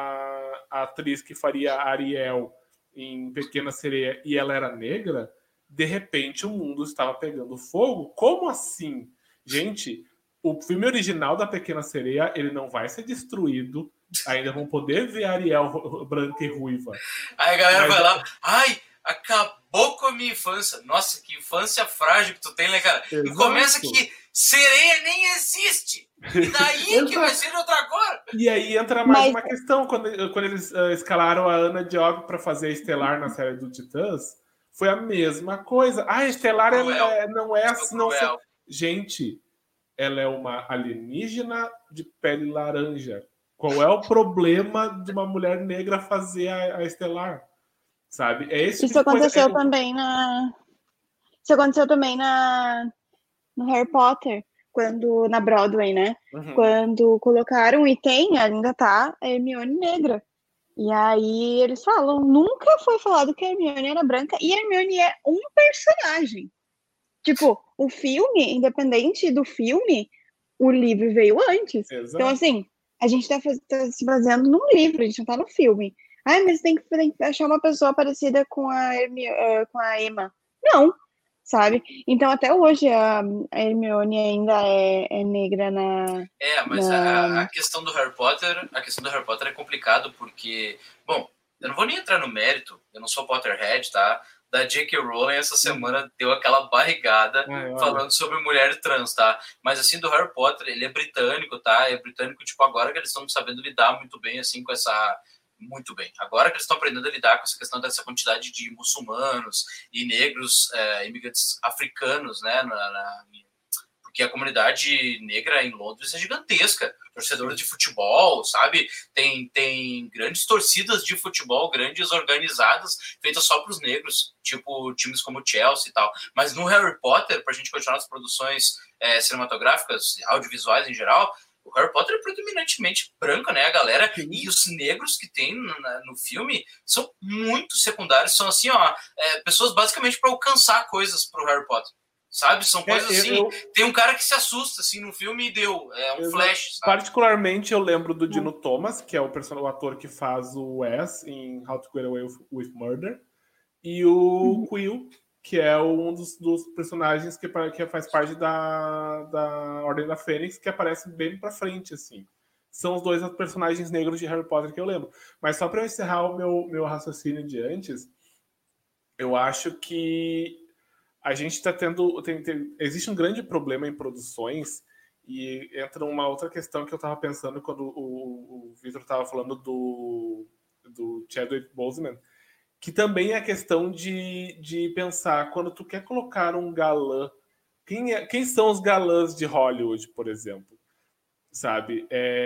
a, a atriz que faria a Ariel em Pequena Sereia e ela era negra, de repente o mundo estava pegando fogo. Como assim? Gente, o filme original da Pequena Sereia, ele não vai ser destruído. Ainda vão poder ver a Ariel branca e ruiva. Aí a galera Mas... vai lá, ai, acabou com a minha infância. Nossa, que infância frágil que tu tem, né, cara? Exato. E começa que sereia nem existe. E daí que vai ser de outra cor. E aí entra mais Mas... uma questão. Quando, quando eles uh, escalaram a Ana Diop para fazer a Estelar na série do Titãs, foi a mesma coisa. Ah, a Estelar é, é, não é assim. Não sei. Gente, ela é uma alienígena de pele laranja. Qual é o problema de uma mulher negra fazer a, a Estelar? Sabe? É esse Isso tipo aconteceu coisa... também na... Isso aconteceu também na... no Harry Potter, quando na Broadway, né? Uhum. Quando colocaram, e tem, ainda tá, a Hermione negra. E aí eles falam, nunca foi falado que a Hermione era branca, e a Hermione é um personagem. Tipo, o filme, independente do filme, o livro veio antes. Exato. Então, assim, a gente tá, faz... tá se baseando num livro, a gente não tá no filme. Ai, mas tem que, tem que achar uma pessoa parecida com a, Hermi... uh, com a Emma. Não, sabe? Então, até hoje, a, a Hermione ainda é, é negra na... É, mas na... A, a questão do Harry Potter, a questão do Harry Potter é complicado, porque, bom, eu não vou nem entrar no mérito, eu não sou Potterhead, tá? Da J K. Rowling essa semana deu aquela barrigada é, falando sobre mulher trans, tá? Mas, assim, do Harry Potter, ele é britânico, tá? É britânico, tipo, agora que eles estão sabendo lidar muito bem, assim, com essa... Muito bem. Agora que eles estão aprendendo a lidar com essa questão dessa quantidade de muçulmanos e negros, é, imigrantes africanos, né? Na, na, porque a comunidade negra em Londres é gigantesca. Torcedores de futebol, sabe? Tem, tem grandes torcidas de futebol, grandes organizadas, feitas só para os negros, tipo times como o Chelsea e tal. Mas no Harry Potter, para a gente continuar as produções é, cinematográficas, audiovisuais em geral, o Harry Potter é predominantemente branco, né, a galera? Sim. E os negros que tem no, no filme são muito secundários, são assim, ó, é, pessoas basicamente para alcançar coisas pro Harry Potter, sabe? São coisas é, assim, eu... tem um cara que se assusta, assim, no filme e deu, é um eu, flash, sabe? Particularmente eu lembro do Dino hum. Thomas, que é o, person... o ator que faz o Wes em How to Get Away with Murder, e o hum. Quill, que é um dos, dos personagens que, que faz parte da, da Ordem da Fênix, que aparece bem pra frente, assim. São os dois personagens negros de Harry Potter que eu lembro. Mas só para eu encerrar o meu, meu raciocínio de antes, eu acho que a gente está tendo... Tem, tem, existe um grande problema em produções, e entra uma outra questão que eu estava pensando quando o, o Victor estava falando do, do Chadwick Boseman, que também é a questão de, de pensar, quando tu quer colocar um galã, quem, é, quem são os galãs de Hollywood, por exemplo? Sabe?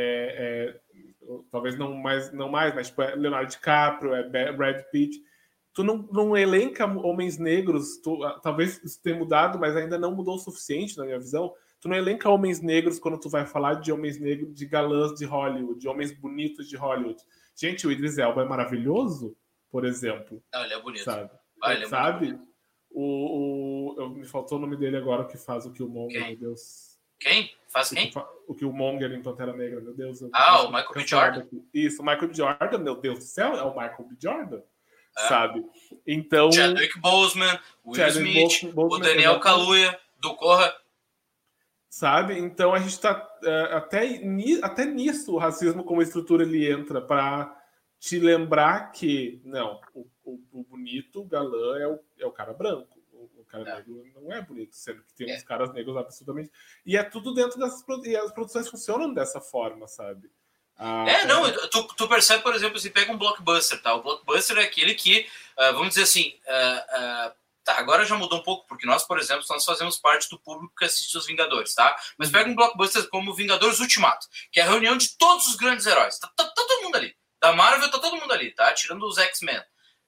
É, é, talvez não mais, não mais, mas tipo, é Leonardo DiCaprio, é Brad Pitt. Tu não, não elenca homens negros, tu, talvez isso tenha mudado, mas ainda não mudou o suficiente, na minha visão. Tu não elenca homens negros quando tu vai falar de homens negros, de galãs de Hollywood, de homens bonitos de Hollywood. Gente, o Idris Elba é maravilhoso, por exemplo. Não, ele é bonito. Sabe? Ah, ele é sabe? muito bonito. O, o, eu, me faltou o nome dele agora, que faz o Killmonger, meu Deus. Quem? Faz quem? O, que, o Killmonger em Pantera Negra, meu Deus. Ah, o Michael B. Jordan. Aqui. Isso, o Michael B. Jordan, meu Deus do céu, é o Michael B. Jordan. É. Sabe? Então. Chadwick Boseman, Will Chadwick Smith, Boseman, o Daniel Kaluuya, do Corra. Sabe? Então a gente tá. Uh, até, até nisso o racismo como estrutura ele entra para te lembrar que, não, o, o, o bonito, o galã é o, é o cara branco. O cara é. negro não é bonito, sendo que tem é. uns caras negros absurdamente. E é tudo dentro dessas. E as produções funcionam dessa forma, sabe? Ah, é, não, é... Tu, tu percebe, por exemplo, se pega um blockbuster, tá? O blockbuster é aquele que, uh, vamos dizer assim, uh, uh, tá, agora já mudou um pouco, porque nós, por exemplo, nós fazemos parte do público que assiste os Vingadores, tá? Mas uhum. pega um blockbuster como Vingadores Ultimato, que é a reunião de todos os grandes heróis. Tá, tá, tá todo mundo ali. Da Marvel tá todo mundo ali, tá? Tirando os X-Men.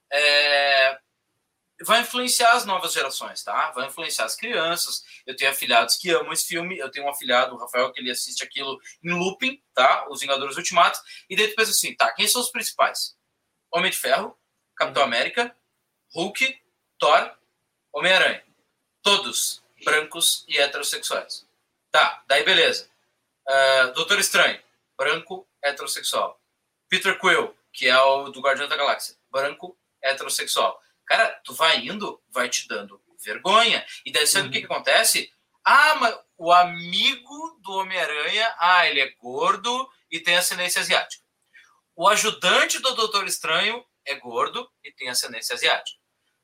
É... Vai influenciar as novas gerações, tá? Vai influenciar as crianças. Eu tenho afilhados que amam esse filme. Eu tenho um afilhado, o Rafael, que ele assiste aquilo em looping, tá? Os Vingadores Ultimatos. E daí tu pensa assim, tá, quem são os principais? Homem de Ferro, Capitão uhum. América, Hulk, Thor, Homem-Aranha. Todos brancos e heterossexuais. Tá, daí beleza. Uh, Doutor Estranho, branco, heterossexual. Peter Quill, que é o do Guardião da Galáxia, branco, heterossexual. Cara, tu vai indo, vai te dando vergonha. E daí sabe uhum. o que, que acontece? Ah, mas o amigo do Homem-Aranha, ah, ele é gordo e tem ascendência asiática. O ajudante do Doutor Estranho é gordo e tem ascendência asiática.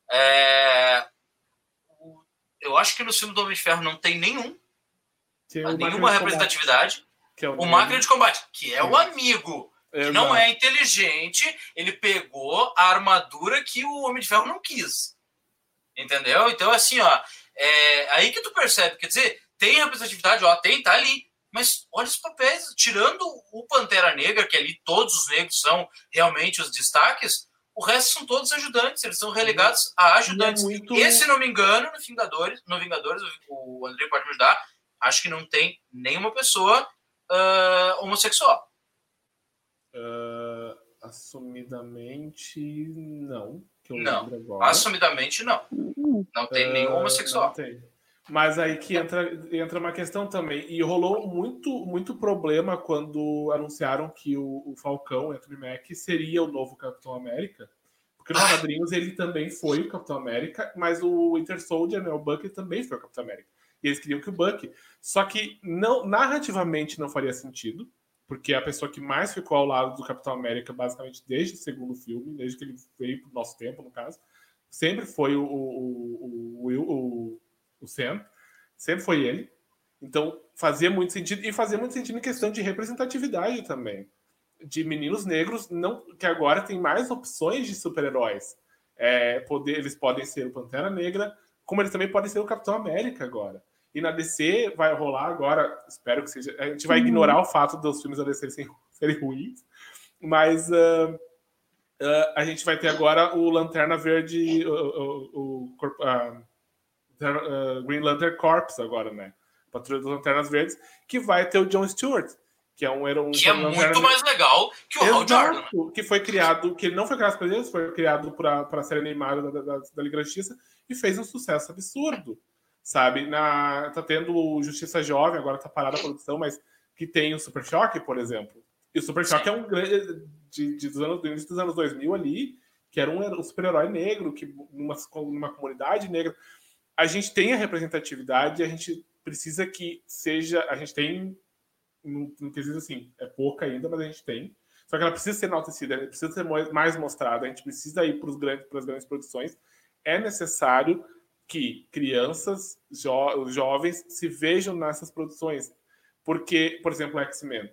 É... Eu acho que no filme do Homem de Ferro não tem nenhum. Tem nenhuma representatividade. Que é o, o Máquina de Combate, que é Sim. o amigo. Que Exato. Não é inteligente, ele pegou a armadura que o Homem de Ferro não quis. Entendeu? Então, assim, ó, é aí que tu percebe, quer dizer, tem representatividade, ó, tem, tá ali. Mas olha os papéis, tirando o Pantera Negra, que ali todos os negros são realmente os destaques, o resto são todos ajudantes, eles são relegados a ajudantes. É muito... E, se não me engano, no Vingadores, no Vingadores, o André pode me ajudar, acho que não tem nenhuma pessoa uh, homossexual. Uh, assumidamente não que eu não, lembro agora. Assumidamente não não tem uh, nenhum homossexual não tem. Mas aí que entra, entra uma questão também, e rolou muito, muito problema quando anunciaram que o, o Falcão, Anthony Mackie, seria o novo Capitão América, porque nos quadrinhos ele também foi o Capitão América, mas o Winter Soldier, né, o Bucky, também foi o Capitão América, e eles queriam que o Bucky, só que não, narrativamente não faria sentido, porque a pessoa que mais ficou ao lado do Capitão América, basicamente desde o segundo filme, desde que ele veio pro nosso tempo, no caso, sempre foi o, o, o, o, o Sam, sempre foi ele. Então, fazia muito sentido, e fazia muito sentido em questão de representatividade também, de meninos negros, não, que agora tem mais opções de super-heróis. É, poder, eles podem ser o Pantera Negra, como eles também podem ser o Capitão América agora. E na D C vai rolar agora, espero que seja... A gente vai uhum. ignorar o fato dos filmes da D C serem, serem ruins, mas uh, uh, a gente vai ter agora o Lanterna Verde, o, o, o uh, uh, Green Lantern Corps agora, né? Patrulha das Lanternas Verdes, que vai ter o Jon Stewart, que é um... Era um que é muito Lanterna... mais legal que o Hal Jordan. Que foi criado, que ele não foi criado para eles, foi criado para a série animada da, da, da Liga da Justiça e fez um sucesso absurdo. Sabe, na, tá tendo o Justiça Jovem, agora tá parada a produção, mas que tem o Super Choque, por exemplo. E o Super Choque é um grande de, de, dos anos, do início dos anos dois mil ali, que era um, um super-herói negro, que numa, numa comunidade negra. A gente tem a representatividade, a gente precisa que seja... A gente tem, no, no quesito assim, é pouca ainda, mas a gente tem. Só que ela precisa ser enaltecida, ela precisa ser mais mostrada, a gente precisa ir para grandes, as grandes produções. É necessário que crianças, jo, jovens, se vejam nessas produções. Porque, por exemplo, X-Men,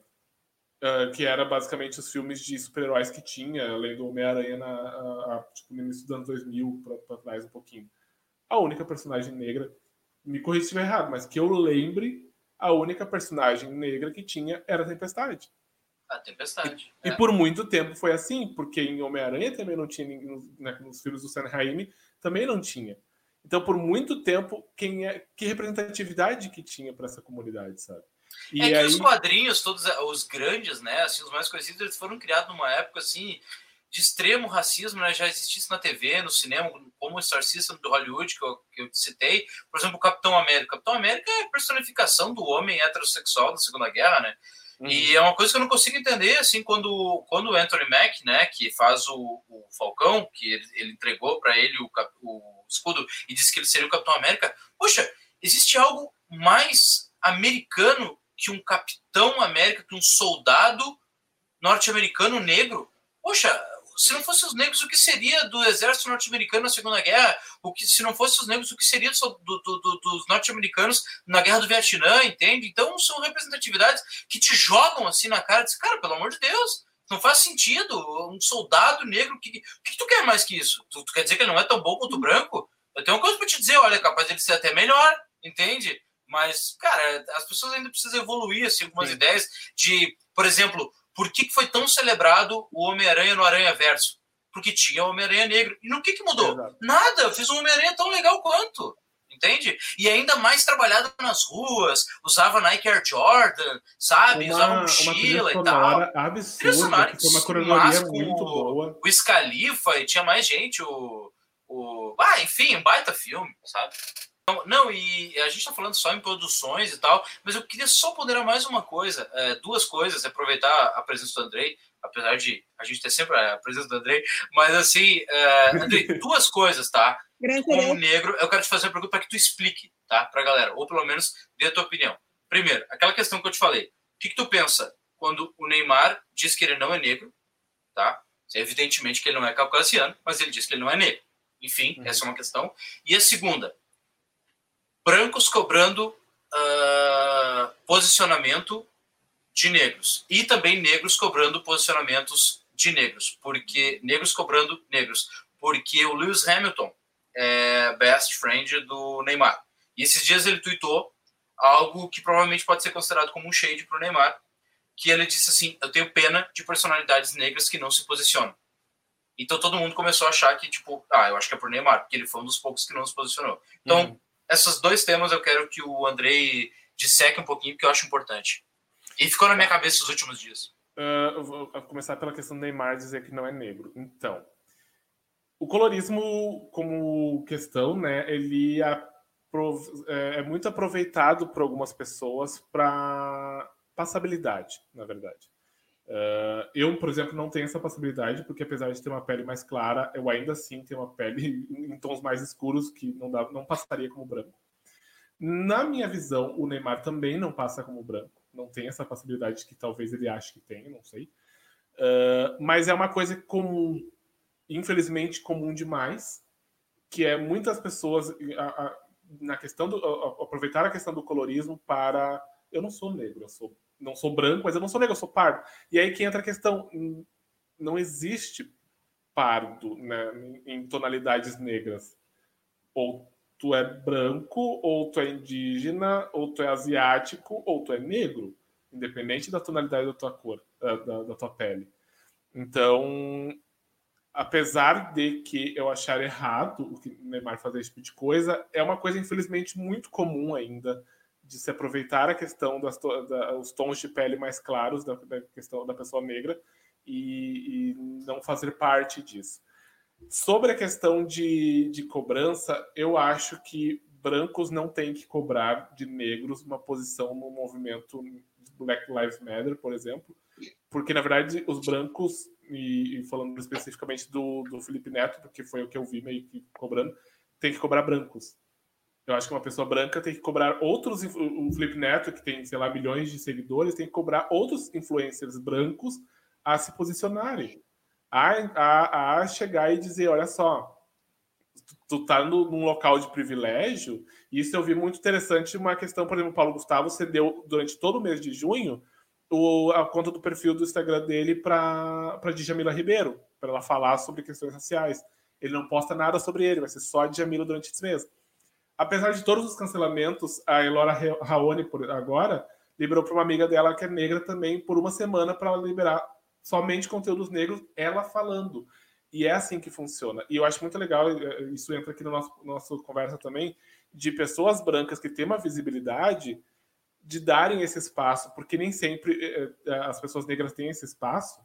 Uh, que era basicamente os filmes de super-heróis que tinha, além do Homem-Aranha na, a, a, tipo, no início dos anos dois mil, para trás um pouquinho. A única personagem negra, me corrija se estiver errado, mas que eu lembre, a única personagem negra que tinha era a Tempestade. A Tempestade. E, é. e por muito tempo foi assim, porque em Homem-Aranha também não tinha, né, nos filmes do Sam Raimi também não tinha. Então, por muito tempo, quem é, que representatividade que tinha para essa comunidade, sabe? E é que aí... os quadrinhos, todos os grandes, né, assim, os mais conhecidos, eles foram criados numa época assim de extremo racismo, né, já existisse na T V, no cinema, como o Star System do Hollywood, que eu, que eu citei. Por exemplo, o Capitão América. O Capitão América é a personificação do homem heterossexual da Segunda Guerra, né? Uhum. E é uma coisa que eu não consigo entender, assim, quando, quando o Anthony Mack, né, que faz o, o Falcão, que ele, ele entregou para ele o, o escudo e disse que ele seria o Capitão América. Poxa, existe algo mais americano que um Capitão América, que um soldado norte-americano negro? Poxa, se não fossem os negros, o que seria do exército norte-americano na Segunda Guerra? O que, se não fossem os negros, o que seria do, do, do, dos norte-americanos na Guerra do Vietnã, entende? Então, são representatividades que te jogam assim na cara. Diz, cara, pelo amor de Deus, não faz sentido. Um soldado negro, que, o que tu quer mais que isso? Tu, tu quer dizer que ele não é tão bom quanto o branco? Eu tenho uma coisa para te dizer, olha, é capaz dele ser até melhor, entende? Mas, cara, as pessoas ainda precisam evoluir assim, algumas Sim. ideias de, por exemplo, por que foi tão celebrado o Homem-Aranha no Aranha-Verso? Porque tinha o Homem-Aranha negro. E no que que mudou? Exato. Nada, eu fiz um Homem-Aranha tão legal quanto, entende? E ainda mais trabalhado nas ruas, usava Nike Air Jordan, sabe? Uma, usava mochila uma e tal. Absurda, que foi uma coreografia muito boa. O Scalifa, e tinha mais gente, o... o... Ah, enfim, um baita filme, sabe? Não, não, e a gente está falando só em produções e tal, mas eu queria só ponderar mais uma coisa, é, duas coisas, aproveitar a presença do Andrei, apesar de a gente ter sempre a presença do Andrei, mas assim, é, Andrei, duas coisas, tá? Como negro, eu quero te fazer uma pergunta para que tu explique, tá, pra galera, ou pelo menos dê a tua opinião. Primeiro, aquela questão que eu te falei, o que, que tu pensa quando o Neymar diz que ele não é negro, tá? Evidentemente que ele não é caucasiano, mas ele diz que ele não é negro. Enfim, uhum. Essa é uma questão. E a segunda, brancos cobrando uh, posicionamento de negros. E também negros cobrando posicionamentos de negros. Porque negros cobrando negros. Porque o Lewis Hamilton é best friend do Neymar. E esses dias ele tweetou algo que provavelmente pode ser considerado como um shade para o Neymar. Que ele disse assim, eu tenho pena de personalidades negras que não se posicionam. Então todo mundo começou a achar que, tipo, ah, eu acho que é por Neymar, porque ele foi um dos poucos que não se posicionou. Então, uhum. Esses dois temas eu quero que o Andrei disseque um pouquinho, porque eu acho importante. E ficou na minha cabeça os últimos dias. Uh, eu vou começar pela questão do Neymar dizer que não é negro. Então, o colorismo como questão, né, ele é muito aproveitado por algumas pessoas para passabilidade, na verdade. Uh, eu, por exemplo, não tenho essa possibilidade, porque apesar de ter uma pele mais clara, eu ainda assim tenho uma pele em tons mais escuros que não, dá, não passaria como branco. Na minha visão, o Neymar também não passa como branco. Não tem essa possibilidade que talvez ele ache que tem, não sei. Uh, mas é uma coisa comum, infelizmente comum demais, que é muitas pessoas a, a, na questão do, a, aproveitar a questão do colorismo para... Eu não sou negro, eu sou não sou branco, mas eu não sou negro, eu sou pardo. E aí que entra a questão, não existe pardo, né, em tonalidades negras. Ou tu é branco, ou tu é indígena, ou tu é asiático, ou tu é negro, independente da tonalidade da tua cor, da, da tua pele. Então, apesar de que eu achar errado o que o Neymar fazer esse tipo de coisa, é uma coisa, infelizmente, muito comum ainda, de se aproveitar a questão dos da, tons de pele mais claros da, da questão da pessoa negra e, e não fazer parte disso. Sobre a questão de, de cobrança, eu acho que brancos não têm que cobrar de negros uma posição no movimento Black Lives Matter, por exemplo, Porque, na verdade, os brancos, e, e falando especificamente do, do Felipe Neto, porque foi o que eu vi meio que cobrando, tem que cobrar brancos. Eu acho que uma pessoa branca tem que cobrar outros... O Felipe Neto, que tem, sei lá, milhões de seguidores, tem que cobrar outros influencers brancos a se posicionarem. A, a, a chegar e dizer, olha só, tu tá no, num local de privilégio, e isso eu vi muito interessante, uma questão, por exemplo, o Paulo Gustavo cedeu durante todo o mês de junho o, a conta do perfil do Instagram dele para a Djamila Ribeiro, para ela falar sobre questões raciais. Ele não posta nada sobre ele, vai ser só a Djamila durante esse mês. Apesar de todos os cancelamentos, a Elora Raoni, por agora, liberou para uma amiga dela que é negra também por uma semana para ela liberar somente conteúdos negros, ela falando. E é assim que funciona. E eu acho muito legal, isso entra aqui no nosso nossa conversa também, de pessoas brancas que têm uma visibilidade de darem esse espaço, porque nem sempre as pessoas negras têm esse espaço,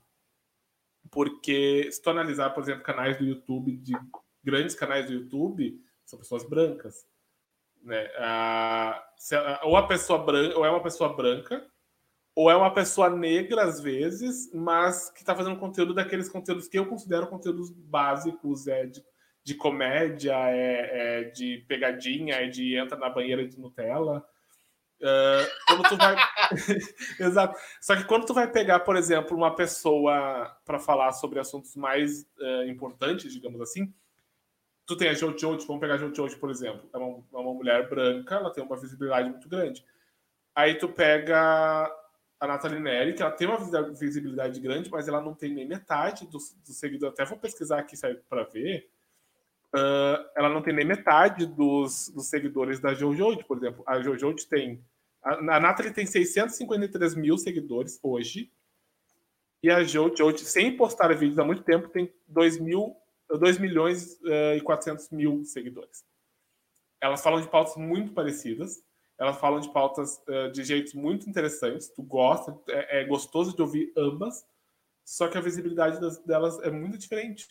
porque se tu analisar, por exemplo, canais do YouTube, de grandes canais do YouTube, são pessoas brancas. Né? Ah, se, ou a pessoa branca, ou é uma pessoa branca, ou é uma pessoa negra, às vezes, mas que está fazendo conteúdo daqueles conteúdos que eu considero conteúdos básicos, é de, de comédia, é, é de pegadinha, é de entra na banheira de Nutella. Uh, quando tu vai... Exato. Só que quando tu vai pegar, por exemplo, uma pessoa para falar sobre assuntos mais uh, importantes, digamos assim, tu tem a Jojo, vamos pegar a Jojo, por exemplo, é uma, é uma mulher branca, ela tem uma visibilidade muito grande. Aí tu pega a Nathalie Neri, que ela tem uma visibilidade grande, mas ela não tem nem metade dos, dos seguidores. Até vou pesquisar aqui para ver. Uh, ela não tem nem metade dos, dos seguidores da Jojo, por exemplo. A Jojo tem... A, a Nathalie tem seiscentos e cinquenta e três mil seguidores hoje. E a Jojo, sem postar vídeos há muito tempo, tem dois milhões e quatrocentos mil seguidores. Elas falam de pautas muito parecidas. Elas falam de pautas uh, de jeitos muito interessantes. Tu gosta, é, é gostoso de ouvir ambas, só que a visibilidade das, delas é muito diferente.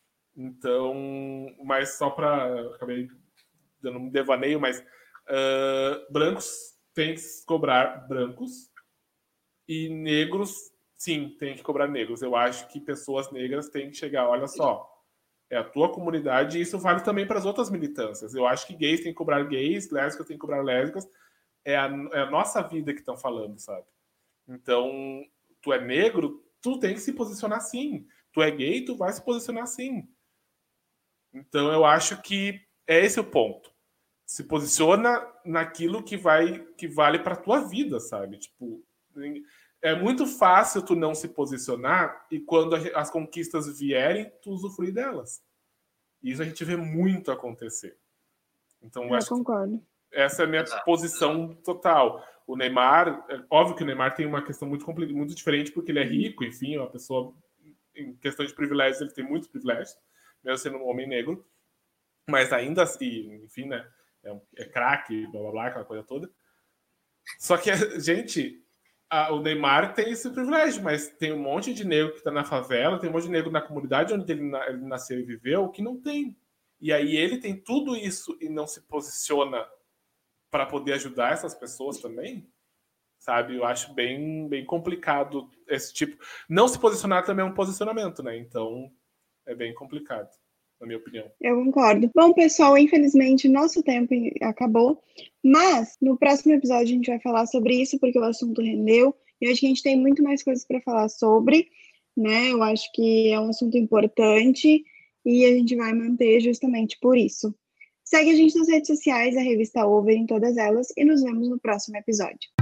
Então, mas só para... Acabei dando um devaneio, mas uh, brancos têm que cobrar brancos e negros, sim, têm que cobrar negros. Eu acho que pessoas negras têm que chegar, olha só, é a tua comunidade, e isso vale também para as outras militâncias. Eu acho que gays têm que cobrar gays, lésbicas têm que cobrar lésbicas. É a, é a nossa vida que estão falando, sabe? Então, tu é negro, tu tem que se posicionar sim. Tu é gay, tu vai se posicionar sim. Então, eu acho que é esse o ponto. Se posiciona naquilo que vai, que vale para tua vida, sabe? Tipo, é muito fácil tu não se posicionar e quando as conquistas vierem, tu usufruir delas. E isso a gente vê muito acontecer. Então, eu acho concordo. Que essa é a minha posição total. O Neymar, é óbvio que o Neymar tem uma questão muito, muito diferente, porque ele é rico, enfim, é uma pessoa, em questão de privilégios, ele tem muitos privilégios, mesmo sendo um homem negro, mas ainda assim, enfim, né, é, é craque, blá blá blá, aquela coisa toda. Só que, gente, a, o Neymar tem esse privilégio, mas tem um monte de negro que está na favela, tem um monte de negro na comunidade onde ele, ele nasceu e viveu, que não tem. E aí ele tem tudo isso e não se posiciona para poder ajudar essas pessoas também, sabe? Eu acho bem, bem complicado esse tipo. Não se posicionar também é um posicionamento, né? Então, é bem complicado, na minha opinião. Eu concordo. Bom, pessoal, infelizmente, nosso tempo acabou, mas no próximo episódio a gente vai falar sobre isso, porque o assunto rendeu, e eu acho que a gente tem muito mais coisas para falar sobre, né? Eu acho que é um assunto importante, e a gente vai manter justamente por isso. Segue a gente nas redes sociais, a Revista Over em todas elas, e nos vemos no próximo episódio.